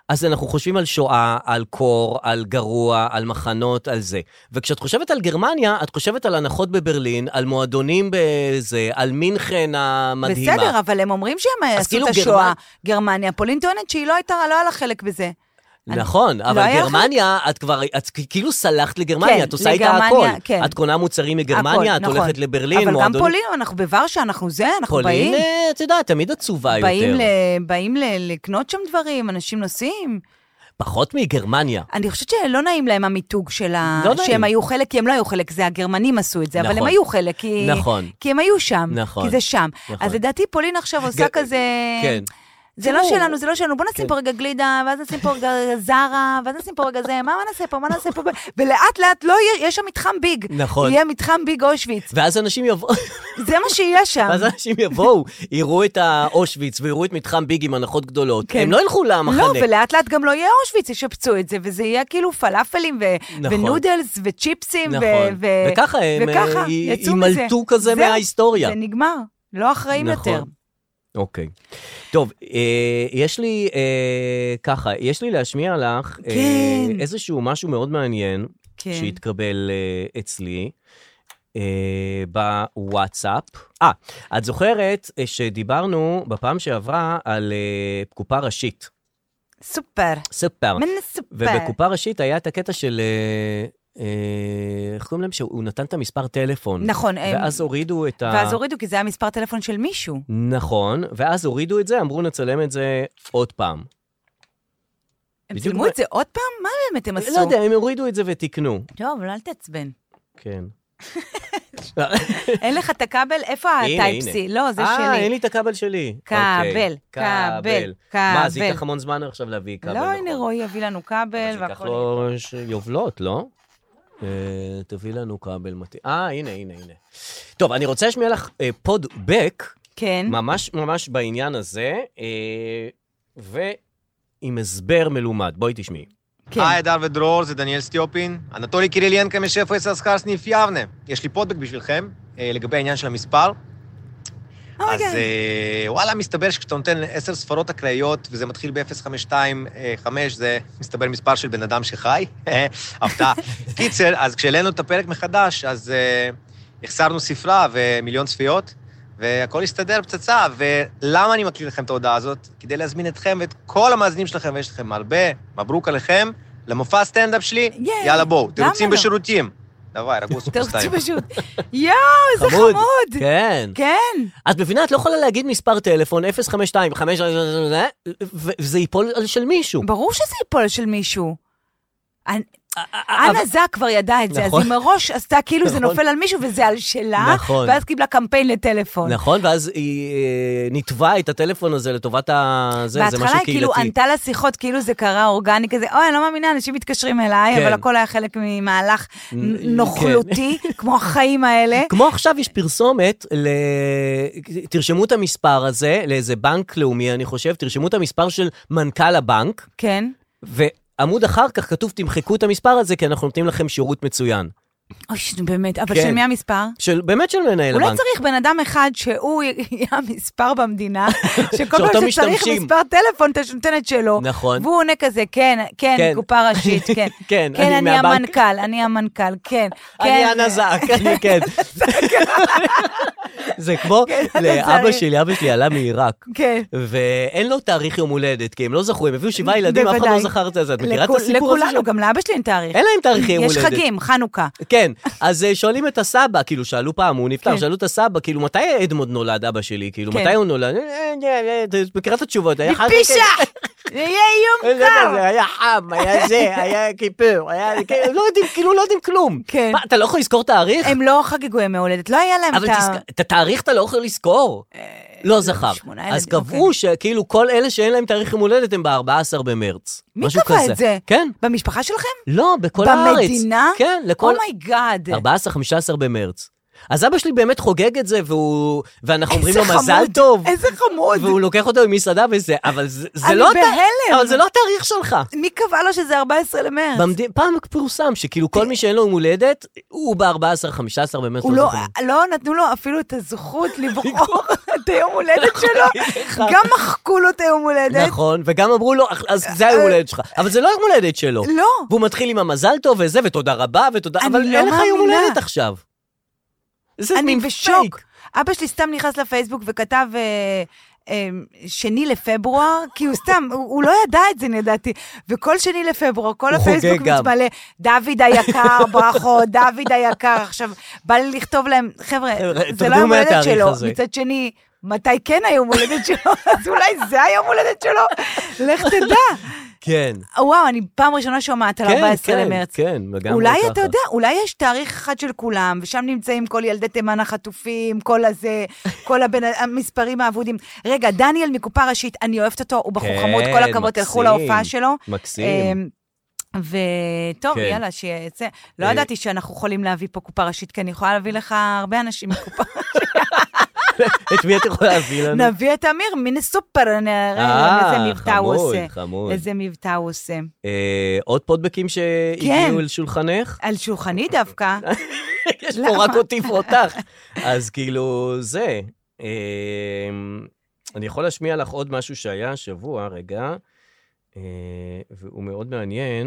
אז אנחנו חושבים על שואה, על קור, על גרוע, על מחנות, על זה. וכשאת חושבת על גרמניה, את חושבת על הנחות בברלין, על מועדונים בזה, על מינכן המדהימה. בסדר, אבל הם אומרים שהם עשו כאילו את השואה. גרמנ... גרמניה, פולין טוענת שהיא לא הייתה, לא היה לה חלק בזה. נכון, אני... אבל לא גרמניה, את כבר, את כאילו סלחת לגרמניה, כן, את עושה לגרמניה, איתה הכל. כן. את קונה מוצרים מגרמניה, הכל, את נכון. הולכת לברלין, אבל מועדונים. גם פולין, אנחנו בוורשה, אנחנו זה, אנחנו פולין, באים. את יודעת, תמיד עצובה באים יותר. ל... באים ל... לקנות שם דברים, אנשים נוסעים. פחות מגרמניה. אני חושבת שלא נעים להם המיתוג של ה... לא נעים. שהם היו חלק, כי הם לא היו חלק, זה הגרמנים עשו את זה, נכון. אבל הם היו חלק, כי... נכון. כי הם היו שם, נכון. כי זה שם. נכון. אז לדעתי פולין עכשיו עושה ג... כזה... כן. זה לא שלנו, זה לא שלנו, בוא נשים כן. פה רגע גלידה, ואז נשים פה רגע זרה, ואז נשים פה רגע זה, מה נעשה פה, מה נעשה פה, ולאט לאט לא יהיה, יש שם מתחם ביג. נכון. יהיה מתחם ביג אושוויץ. ואז אנשים יבואו, זה מה שיהיה שם. ואז אנשים יבואו, יראו את האושוויץ, ויראו את מתחם ביג עם הנחות גדולות. כן. הם לא ילכו למחנה. לא, ולאט לאט גם לא יהיה אושוויץ, ישפצו את זה, וזה יהיה כאילו פלאפלים ו- נכון. ונודלס וצ'יפסים. נכון. ו- ו- וככה הם וככה אה, י- יצאו מזה. ימלטו כזה זהו, מההיסטוריה. זה נגמר, לא אחראים נכון. יותר. אוקיי. טוב, אה, יש לי, אה, ככה, יש לי להשמיע לך אה, כן. איזשהו משהו מאוד מעניין, כן. שהתקבל אה, אצלי אה, בוואטסאפ. אה, את זוכרת אה, שדיברנו בפעם שעברה על אה, קופה ראשית. סופר. סופר. מן סופר. ובקופה ראשית היה את הקטע של... אה, אה, איך קוראים להם? שהוא נתן את המספר טלפון. נכון. ואז הם... הורידו את ה... ואז הורידו, כי זה היה מספר טלפון של מישהו. נכון, ואז הורידו את זה, אמרו נצלם את זה עוד פעם. הם בדיוק צילמו מה- את זה עוד פעם? מה באמת הם עשו? לא יודע, הם הורידו את זה ותקנו. טוב, אבל אל תעצבן. כן. אין לך את הכבל? איפה הנה, הטייפ-סי? הנה. לא, זה אה, שלי. אין לי את הכבל שלי. כבל, אוקיי. כבל, מה, זה כבל. ייקח המון זמן עכשיו להביא כבל, לא, נכון? הנה רועי יביא לנו כבל אז ייקח והכל. לו ש- יובלות, לא? אה, תביא לנו כבל מתאים. אה, הנה, הנה, הנה. טוב, אני רוצה להשמיע לך אה, פודבק, כן. ממש ממש בעניין הזה, אה, ועם הסבר מלומד. בואי תשמעי. כן. היי, הדר ודרור, זה דניאל סטיופין. אנטולי קירילנקה משף יששכר סניף יבנה. יש לי פודבק בשבילכם, אה, לגבי העניין של המספר. אז אה, וואלה, מסתבר שכשאתה נותן עשר ספרות אקראיות, וזה מתחיל ב-אפס חמש שתיים חמש, זה מסתבר מספר של בן אדם שחי. הפתעה. קיצר, אז כשהעלינו את הפרק מחדש, אז אה, החסרנו ספרה ומיליון צפיות, והכל הסתדר פצצה. ולמה אני מקליט לכם את ההודעה הזאת? כדי להזמין אתכם ואת כל המאזינים שלכם, ויש לכם הרבה, מברוק עליכם, למופע הסטנדאפ שלי, ייי, יאללה בואו, למה תירוצים לא? בשירותים. דווי, רגעו אתה רוצה סופרסטיים. פשוט. יואו, איזה חמוד. כן. כן. את מבינה, את לא יכולה להגיד מספר טלפון, אפס חמש שתיים חמש, וזה ייפול על של מישהו. ברור שזה ייפול של מישהו. אנ- אבל- אנה זק כבר ידעה את זה, אז נכון. היא מראש עשתה כאילו זה נכון. נופל על מישהו וזה על שלה, נכון. ואז קיבלה קמפיין לטלפון. נכון, ואז היא אה, נתבעה את הטלפון הזה לטובת ה... זה, זה בהתחלה משהו היא כאילו קהילתי. ענתה לשיחות, כאילו זה קרה אורגני כזה, אוי, אני לא מאמינה, אנשים מתקשרים אליי, כן. אבל הכל היה חלק ממהלך כן. נוכלותי, כמו החיים האלה. כמו עכשיו יש פרסומת, ל... תרשמו את המספר הזה, לאיזה בנק לאומי, אני חושב, תרשמו את המספר של מנכ"ל הבנק, כן. ועמוד אחר כך כתוב, תמחקו את המספר הזה, כי אנחנו נותנים לכם שירות מצוין. אוי, באמת, אבל כן. של מי המספר? של, באמת של מנהל אולי הבנק. צריך בן אדם אחד שהוא יהיה המספר במדינה, שכל שאותו פעם שצריך משתמשים. מספר טלפון, אתה נותן את שלו. נכון. והוא עונה כזה, כן, כן, כן. קופה ראשית, כן. כן, כן, אני אני מהבנק. המנכ"ל, אני המנכ"ל, כן. אני כן. הנזק, אני כן. זה כמו לאבא הנזק. שלי, אבא שלי עלה מעיראק. כן. ואין לו תאריך יום הולדת, כי הם לא זכו, הם הביאו שבעה ילדים, אף אחד לא בוודאי. זכר את זה. את מכירה את לכול- הסיפור הזה? לכולנו, גם לאבא שלי אין תאריך. אין להם תאריך יום יש הולדת. חגים, חנוכה. כן, אז אה, שואלים את הסבא, כאילו, שאלו פעם, הוא נפטר, כן. שאלו את הסבא, כאילו, מתי אדמונד נולד, אבא שלי? כאילו, כן. מתי הוא נולד? אה, אה, אה, אתה מכירה את התשובות? היה חג- פישה! זה יהיה יום זה, קר. זה, היה חם, היה זה, היה כיפור, היה... לא יודעים, כאילו, לא יודעים כלום. כן. מה, אתה לא יכול לזכור תאריך? הם לא חגגו ימי הולדת, לא היה להם אבל את ה... תזכ- את התאריך אתה לא יכול לזכור. לא זכר. שמונה אז ילדים, קבעו אוקיי. שכאילו כל אלה שאין להם תאריך יום הולדת הם ב-ארבעה עשר במרץ. מי משהו קבע כזה. את זה? כן. במשפחה שלכם? לא, בכל הארץ. במדינה? כן, לכל... אומייגאד. ארבעה עשר חמישה עשר במרץ. אז אבא שלי באמת חוגג את זה, והוא... ואנחנו אומרים לו איזה מזל חמוד, טוב. איזה חמוד. והוא לוקח אותו ממסעדה וזה, אבל זה, זה אני לא... הת- בהלם. אבל זה לא התאריך שלך. מי קבע לו שזה ארבעה עשר למרץ? במד... פעם פורסם שכאילו כל מי שאין לו יום הולדת, הוא ב-ארבעה עשר חמישה עשר במרץ. הוא לא, זוכר. לא נתנו לו אפילו את הזכות לבחור את את היום הולדת שלו, גם מחקו לו את היום הולדת. נכון, וגם אמרו לו, אז זה היום הולדת שלך. אבל זה לא היום הולדת שלו. לא. והוא מתחיל עם המזל טוב וזה, ותודה רבה, ותודה, אבל אין לך יום הולדת עכשיו. אני בשוק. אבא שלי סתם נכנס לפייסבוק וכתב שני לפברואר, כי הוא סתם, הוא לא ידע את זה, נדעתי. וכל שני לפברואר, כל הפייסבוק מתמלא, דוד היקר, ברכות, דוד היקר. עכשיו, בא לי לכתוב להם, חבר'ה, זה לא יום הולדת שלו. מצד שני, מתי כן היום הולדת שלו? אז אולי זה היום הולדת שלו? לך תדע. כן. וואו, אני פעם ראשונה שומעת על ארבעה עשר למרץ. כן, כן. אולי אתה יודע, אולי יש תאריך אחד של כולם, ושם נמצאים כל ילדי תימן החטופים, כל הזה, כל המספרים האבודים. רגע, דניאל מקופה ראשית, אני אוהבת אותו, הוא בחור חמוד, כל הכבוד, תלכו להופעה שלו. מקסים. וטוב, יאללה, שיצא. לא ידעתי שאנחנו יכולים להביא פה קופה ראשית, כי אני יכולה להביא לך הרבה אנשים מקופה ראשית. את מי את יכולה להביא לנו? נביא את אמיר, מיני סופר, נראה איזה מבטא הוא עושה. חמוד. איזה מבטא הוא עושה. עוד פודבקים שהגיעו אל שולחנך? על שולחני דווקא. יש פה רק אותי ואותך. אז כאילו, זה. אני יכול להשמיע לך עוד משהו שהיה השבוע, רגע, והוא מאוד מעניין.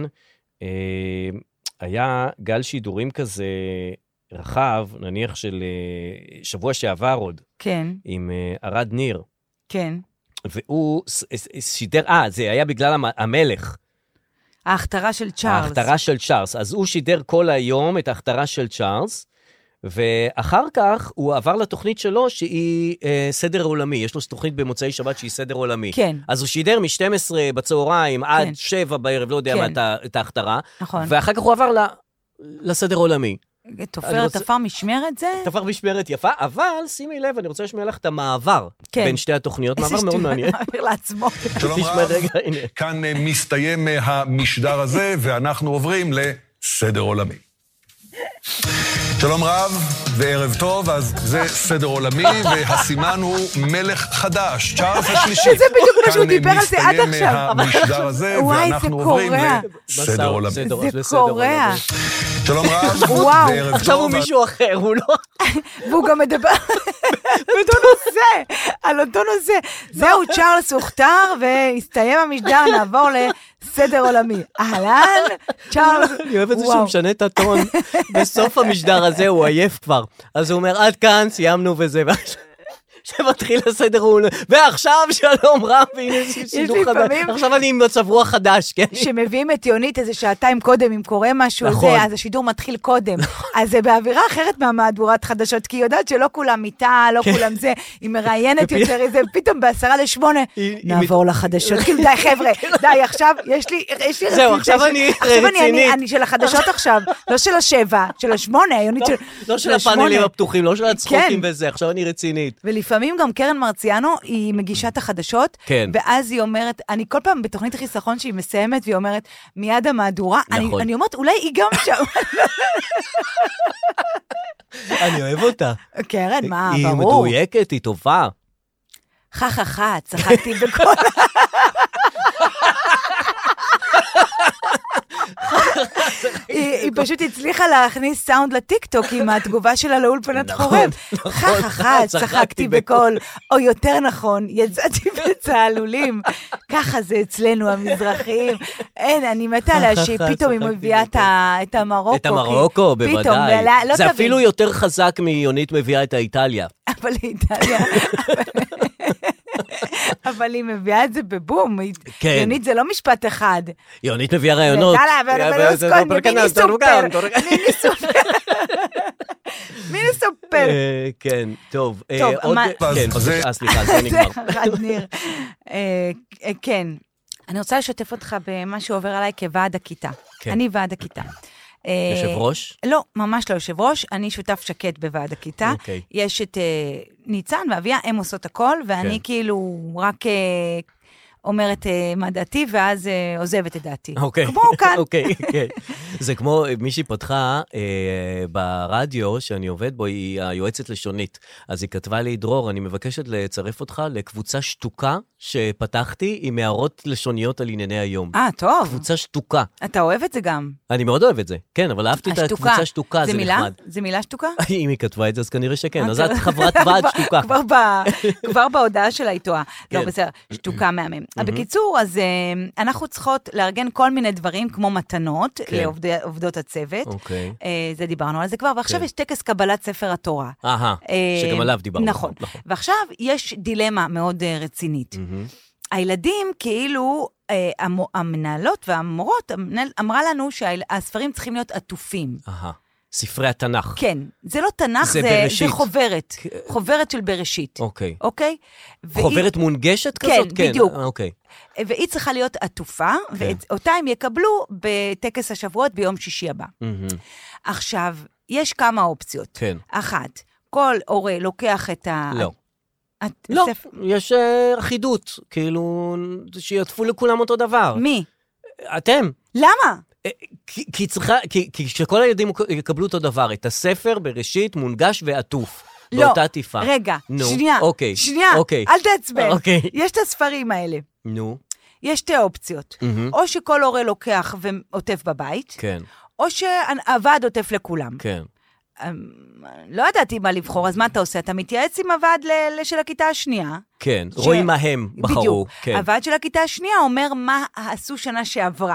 היה גל שידורים כזה רחב, נניח של שבוע שעבר עוד. כן. עם ארד ניר. כן. והוא שידר, אה, זה היה בגלל המלך. ההכתרה של צ'ארלס. ההכתרה של צ'ארלס. אז הוא שידר כל היום את ההכתרה של צ'ארלס, ואחר כך הוא עבר לתוכנית שלו שהיא אה, סדר עולמי. יש לו תוכנית במוצאי שבת שהיא סדר עולמי. כן. אז הוא שידר מ-שתים עשרה בצהריים כן. עד שבע בערב, לא יודע כן. מה, את ההכתרה. נכון. ואחר כך הוא עבר ל, לסדר עולמי. תופר רוצה... תפר משמרת זה? תפר משמרת יפה, אבל שימי לב, אני רוצה לשמיע לך את המעבר כן. בין שתי התוכניות, מעבר מאוד מעניין. מעביר לעצמו. שלום רב, כאן מסתיים המשדר הזה, ואנחנו עוברים לסדר עולמי. שלום רב וערב טוב, אז זה סדר עולמי, והסימן הוא מלך חדש, צ'ארלס השלישי. זה בדיוק מה שהוא דיבר על זה עד עכשיו. כאן מסתיים המשדר הזה, ואנחנו עוברים לסדר עולמי. זה קורע. שלום רב, וואו, וערב טוב. עכשיו הוא מישהו אחר, הוא לא... והוא גם מדבר באותו נושא, על אותו נושא. זהו, צ'ארלס הוכתר, והסתיים המשדר, נעבור לסדר עולמי. אהלן, צ'ארלס, אני אוהב את זה שהוא משנה את הטון. בסוף המשדר הזה הוא עייף כבר. אז הוא אומר, עד כאן, סיימנו וזה, שמתחיל הסדר עולמי. ועכשיו שלום רב, והנה שידור חדש. עכשיו אני עם מצב רוח חדש, כן? שמביאים את יונית איזה שעתיים קודם, אם קורה משהו, זה, אז השידור מתחיל קודם. אז זה באווירה אחרת מהמהדורת חדשות, כי היא יודעת שלא כולם איתה, לא כולם זה, היא מראיינת יותר, זה פתאום בעשרה לשמונה, נעבור לחדשות. כאילו, די חבר'ה, די, עכשיו יש לי... זהו, עכשיו אני רצינית. אני של החדשות עכשיו, לא של השבע, של השמונה, היונית של... לא של הפאנלים הפתוחים, לא של הצחוקים וזה, עכשיו אני רצינית. ולפעמים גם קרן מרציאנו, היא מגישה את החדשות, כן. ואז היא אומרת, אני כל פעם בתוכנית חיסכון שהיא מסיימת, והיא אומרת, מיד המהדורה, נכון. אני, אני אומרת, אולי היא גם שם. אני אוהב אותה. קרן, מה, היא ברור. היא מדויקת, היא טובה. חה חה חה, צחקתי בכל... היא פשוט הצליחה להכניס סאונד לטיקטוק עם התגובה שלה לאולפנת חורב. חה חה חה, צחקתי בקול, או יותר נכון, יצאתי בצהלולים. ככה זה אצלנו המזרחיים. אין, אני מתה עליה שפתאום היא מביאה את המרוקו. את המרוקו, בוודאי. זה אפילו יותר חזק מיונית מביאה את האיטליה. אבל איטליה... אבל היא מביאה את זה בבום. יונית זה לא משפט אחד. יונית מביאה רעיונות. מיני סופר. מיני סופר. מיני סופר. כן, טוב. טוב, סליחה, זה נגמר. רד ניר. כן. אני רוצה לשתף אותך במה שעובר עליי כוועד הכיתה. אני ועד הכיתה. יושב ראש? לא, ממש לא יושב ראש, אני שותף שקט בוועד הכיתה. יש את ניצן ואביה, הם עושות הכל, ואני כאילו רק אומרת אה, מה דעתי, ואז אה, עוזבת את דעתי. אוקיי. כמו כאן. אוקיי, כן. זה כמו מישהי פתחה אה, ברדיו שאני עובד בו, היא היועצת לשונית. אז היא כתבה לי, דרור, אני מבקשת לצרף אותך לקבוצה שתוקה שפתחתי עם הערות לשוניות על ענייני היום. אה, טוב. קבוצה שתוקה. אתה אוהב את זה גם. אני מאוד אוהב את זה, כן, אבל אהבתי את הקבוצה שתוקה, זה נחמד. זה מילה שתוקה? אם היא כתבה את זה, אז כנראה שכן. אז את חברת ועד שתוקה. כבר בהודעה שלה היא טועה. לא, בסדר, שתוקה מהמם. בקיצור, אז אנחנו צריכות לארגן כל מיני דברים, כמו מתנות, לעובדות הצוות. זה דיברנו על זה כבר, ועכשיו יש טקס קבלת ספר התורה. אהה, שגם עליו דיברנו. נכון. ועכשיו יש דילמה מאוד רצינית. הילדים כאילו, המנהלות והמורות אמרה לנו שהספרים צריכים להיות עטופים. אהה. ספרי התנ"ך. כן, זה לא תנ"ך, זה, זה, זה חוברת, חוברת של בראשית. אוקיי. אוקיי? חוברת והיא, מונגשת כן, כזאת? כן, בדיוק. אוקיי. והיא צריכה להיות עטופה, כן. ואותה הם יקבלו בטקס השבועות ביום שישי הבא. Mm-hmm. עכשיו, יש כמה אופציות. כן. אחת, כל הורה לוקח את ה... לא. את... לא, ספר... יש uh, אחידות, כאילו, שיעטפו לכולם אותו דבר. מי? אתם. למה? כי, כי צריכה, כי, כי שכל הילדים יקבלו אותו דבר, את הספר בראשית מונגש ועטוף. לא, באותה עטיפה. רגע, נו, שנייה, אוקיי, שנייה, אוקיי. אל תעצבן. אוקיי. יש את הספרים האלה. נו. יש שתי אופציות. Mm-hmm. או שכל הורה לוקח ועוטף בבית, כן. או שהוועד עוטף לכולם. כן. לא ידעתי מה לבחור, אז מה אתה עושה? אתה מתייעץ עם הוועד של הכיתה השנייה. כן, רואים מה הם בחרו. בדיוק. כן. הוועד של הכיתה השנייה אומר מה עשו שנה שעברה.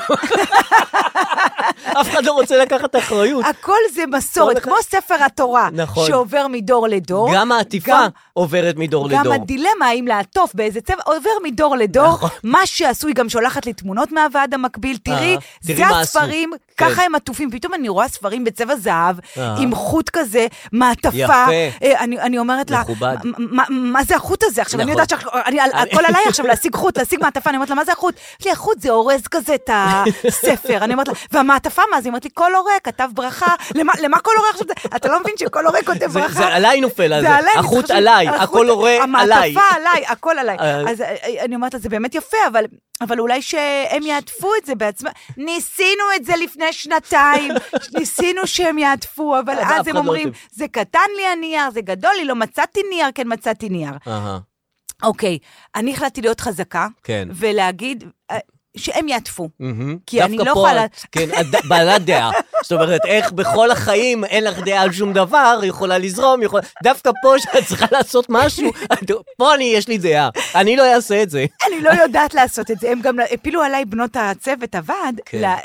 אף אחד לא רוצה לקחת אחריות. הכל זה מסורת, כמו ספר התורה, נכון. שעובר מדור לדור. גם העטיפה עוברת מדור לדור. גם הדילמה, האם לעטוף באיזה צבע, עובר מדור לדור. נכון. מה שעשו, היא גם שולחת לי תמונות מהוועד המקביל, תראי, זה הספרים, ככה הם עטופים. פתאום אני רואה ספרים בצבע זהב, עם חוט כזה, מעטפה. אני אומרת לה, מה זה החוט הזה? עכשיו אני יודעת שהכל עליי עכשיו להשיג חוט, להשיג מעטפה, אני אומרת לה, מה זה החוט? יש לי החוט, זה אורז כזה את הספר. אני אומרת לה, והמעטפה מה? אז היא אומרת לי, כל הורה כתב ברכה. למה כל הורה עכשיו? אתה לא מבין שכל הורה כותב ברכה? זה עליי נופל על זה. החוט עליי, הכל הורה עליי. המעטפה עליי, הכל עליי. אז אני אומרת לה, זה באמת יפה, אבל... אבל אולי שהם יעטפו את זה בעצמם. ניסינו את זה לפני שנתיים, ניסינו שהם יעטפו, אבל אז הם אומרים, זה קטן לי הנייר, זה גדול לי, לא מצאתי נייר, כן מצאתי נייר. אוקיי, אני החלטתי להיות חזקה, ולהגיד... שהם יעטפו, כי אני לא יכולה... כן, בעלת דעה. זאת אומרת, איך בכל החיים אין לך דעה על שום דבר, יכולה לזרום, דווקא פה שאת צריכה לעשות משהו, פה אני, יש לי דעה. אני לא אעשה את זה. אני לא יודעת לעשות את זה. הם גם הפילו עליי בנות הצוות הוועד,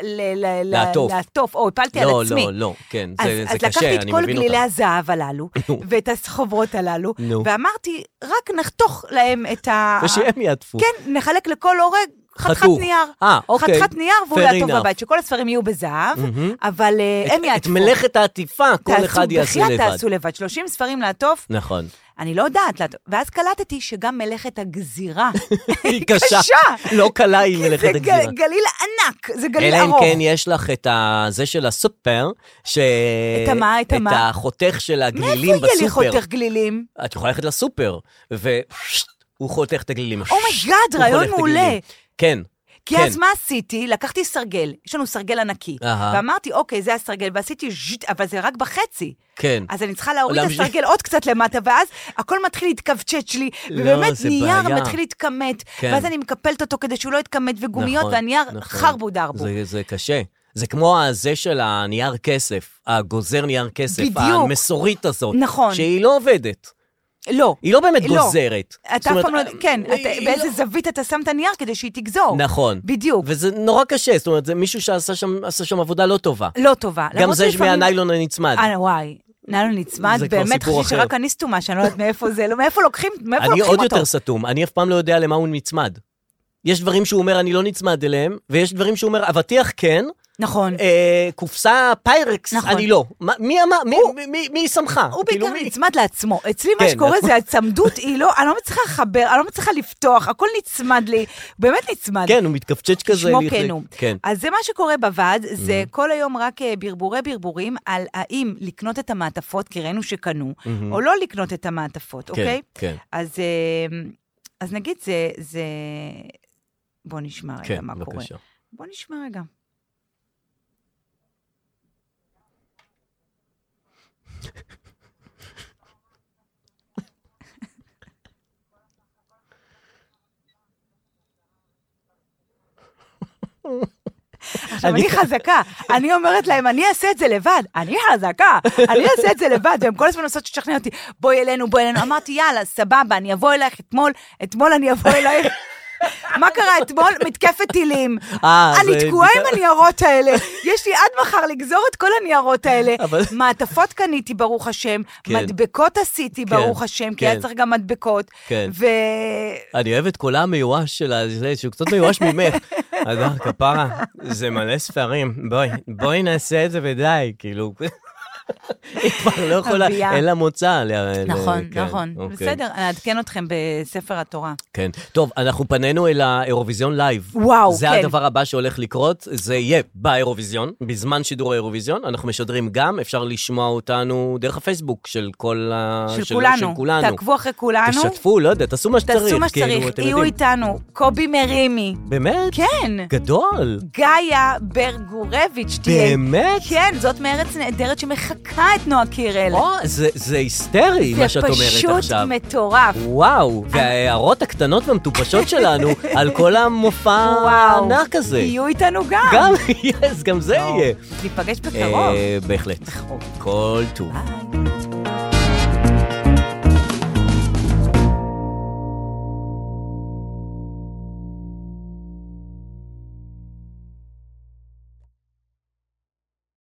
לעטוף, או הפלתי על עצמי. לא, לא, כן, זה קשה, אני מבין אותה. אז לקחתי את כל גלילי הזהב הללו, ואת החוברות הללו, ואמרתי, רק נחתוך להם את ה... ושהם יעטפו. כן, נחלק לכל הורג, חתכת נייר, חתכת נייר והוא יעטוף בבית, שכל הספרים יהיו בזהב, אבל הם יעטפו. את מלאכת העטיפה, כל אחד יעשה לבד. תעשו לבד, שלושים ספרים לעטוף. נכון. אני לא יודעת לעטוף. ואז קלטתי שגם מלאכת הגזירה היא קשה. לא קלה היא מלאכת הגזירה. זה גליל ענק, זה גליל ארוך. אלא אם כן יש לך את זה של הסופר, את המה, את המה. את החותך של הגלילים בסופר. מאיפה יהיה לי חותך גלילים? את יכולה ללכת לסופר, והוא חותך את הגלילים. אומייגאד, רעיון מעולה. כן. כי אז מה עשיתי? לקחתי סרגל, יש לנו סרגל ענקי, ואמרתי, אוקיי, זה הסרגל, ועשיתי ז'ט, אבל זה רק בחצי. כן. אז אני צריכה להוריד את הסרגל עוד קצת למטה, ואז הכל מתחיל להתכווצ'ץ' לי, ובאמת נייר מתחיל להתכמת, ואז אני מקפלת אותו כדי שהוא לא יתכמת, וגומיות, והנייר חרבו דרבו. זה קשה. זה כמו הזה של הנייר כסף, הגוזר נייר כסף, המסורית הזאת, שהיא לא עובדת. לא. היא לא באמת גוזרת. אתה אף פעם לא... כן, באיזה זווית אתה שם את הנייר כדי שהיא תגזור. נכון. בדיוק. וזה נורא קשה, זאת אומרת, זה מישהו שעשה שם עבודה לא טובה. לא טובה. גם זה מהניילון הנצמד. אה, וואי. ניילון נצמד, באמת חשבי שרק אני סתומה, שאני לא יודעת מאיפה זה, מאיפה לוקחים אותו. אני עוד יותר סתום, אני אף פעם לא יודע למה הוא נצמד. יש דברים שהוא אומר, אני לא נצמד אליהם, ויש דברים שהוא אומר, אבטיח כן, נכון. קופסה פיירקס, אני לא. מי אמר? מי שמחה? הוא בעיקר נצמד לעצמו. אצלי מה שקורה זה הצמדות, היא לא, אני לא מצליחה לחבר, אני לא מצליחה לפתוח, הכל נצמד לי, באמת נצמד. כן, הוא מתכווצ'ץ' כזה. שמו כן. אז זה מה שקורה בוועד, זה כל היום רק ברבורי ברבורים, על האם לקנות את המעטפות, כי ראינו שקנו, או לא לקנות את המעטפות, אוקיי? כן. אז... אז נגיד זה, זה... בוא נשמע רגע כן, מה בבקשה. קורה. בוא נשמע רגע. עכשיו, אני חזקה, אני אומרת להם, אני אעשה את זה לבד, אני חזקה, אני אעשה את זה לבד, והם כל הזמן עושות שתשכנע אותי, בואי אלינו, בואי אלינו, אמרתי, יאללה, סבבה, אני אבוא אלייך אתמול, אתמול אני אבוא אלייך, מה קרה אתמול? מתקפת טילים, אני תקועה עם הניירות האלה, יש לי עד מחר לגזור את כל הניירות האלה, מעטפות קניתי ברוך השם, מדבקות עשיתי ברוך השם, כי היה צריך גם מדבקות, ו... אני אוהב את קולה המיואש שלה, שהוא קצת מיואש ממך, אדר, כפרה, זה מלא ספרים, בואי, בואי נעשה את זה ודי, כאילו... היא כבר לא יכולה, אין לה מוצא. נכון, נכון. בסדר, אני אעדכן אתכם בספר התורה. כן. טוב, אנחנו פנינו אל האירוויזיון לייב. וואו, כן. זה הדבר הבא שהולך לקרות, זה יהיה באירוויזיון, בזמן שידור האירוויזיון, אנחנו משדרים גם, אפשר לשמוע אותנו דרך הפייסבוק של כל ה... של כולנו. תעקבו אחרי כולנו. תשתפו, לא יודע, תעשו מה שצריך. תעשו מה שצריך, יהיו איתנו. קובי מרימי. באמת? כן. גדול. גאיה ברגורביץ' תהיה. באמת? כן, זאת מארץ נהדרת שמחכה את נועה קירל. או, זה, זה היסטרי, מה שאת אומרת עכשיו. זה פשוט מטורף. וואו, וההערות הקטנות והמטופשות שלנו על כל המופע הענק הזה. יהיו איתנו גם. גם, יס, גם זה יהיה. ניפגש בקרוב. בהחלט. כל טוב.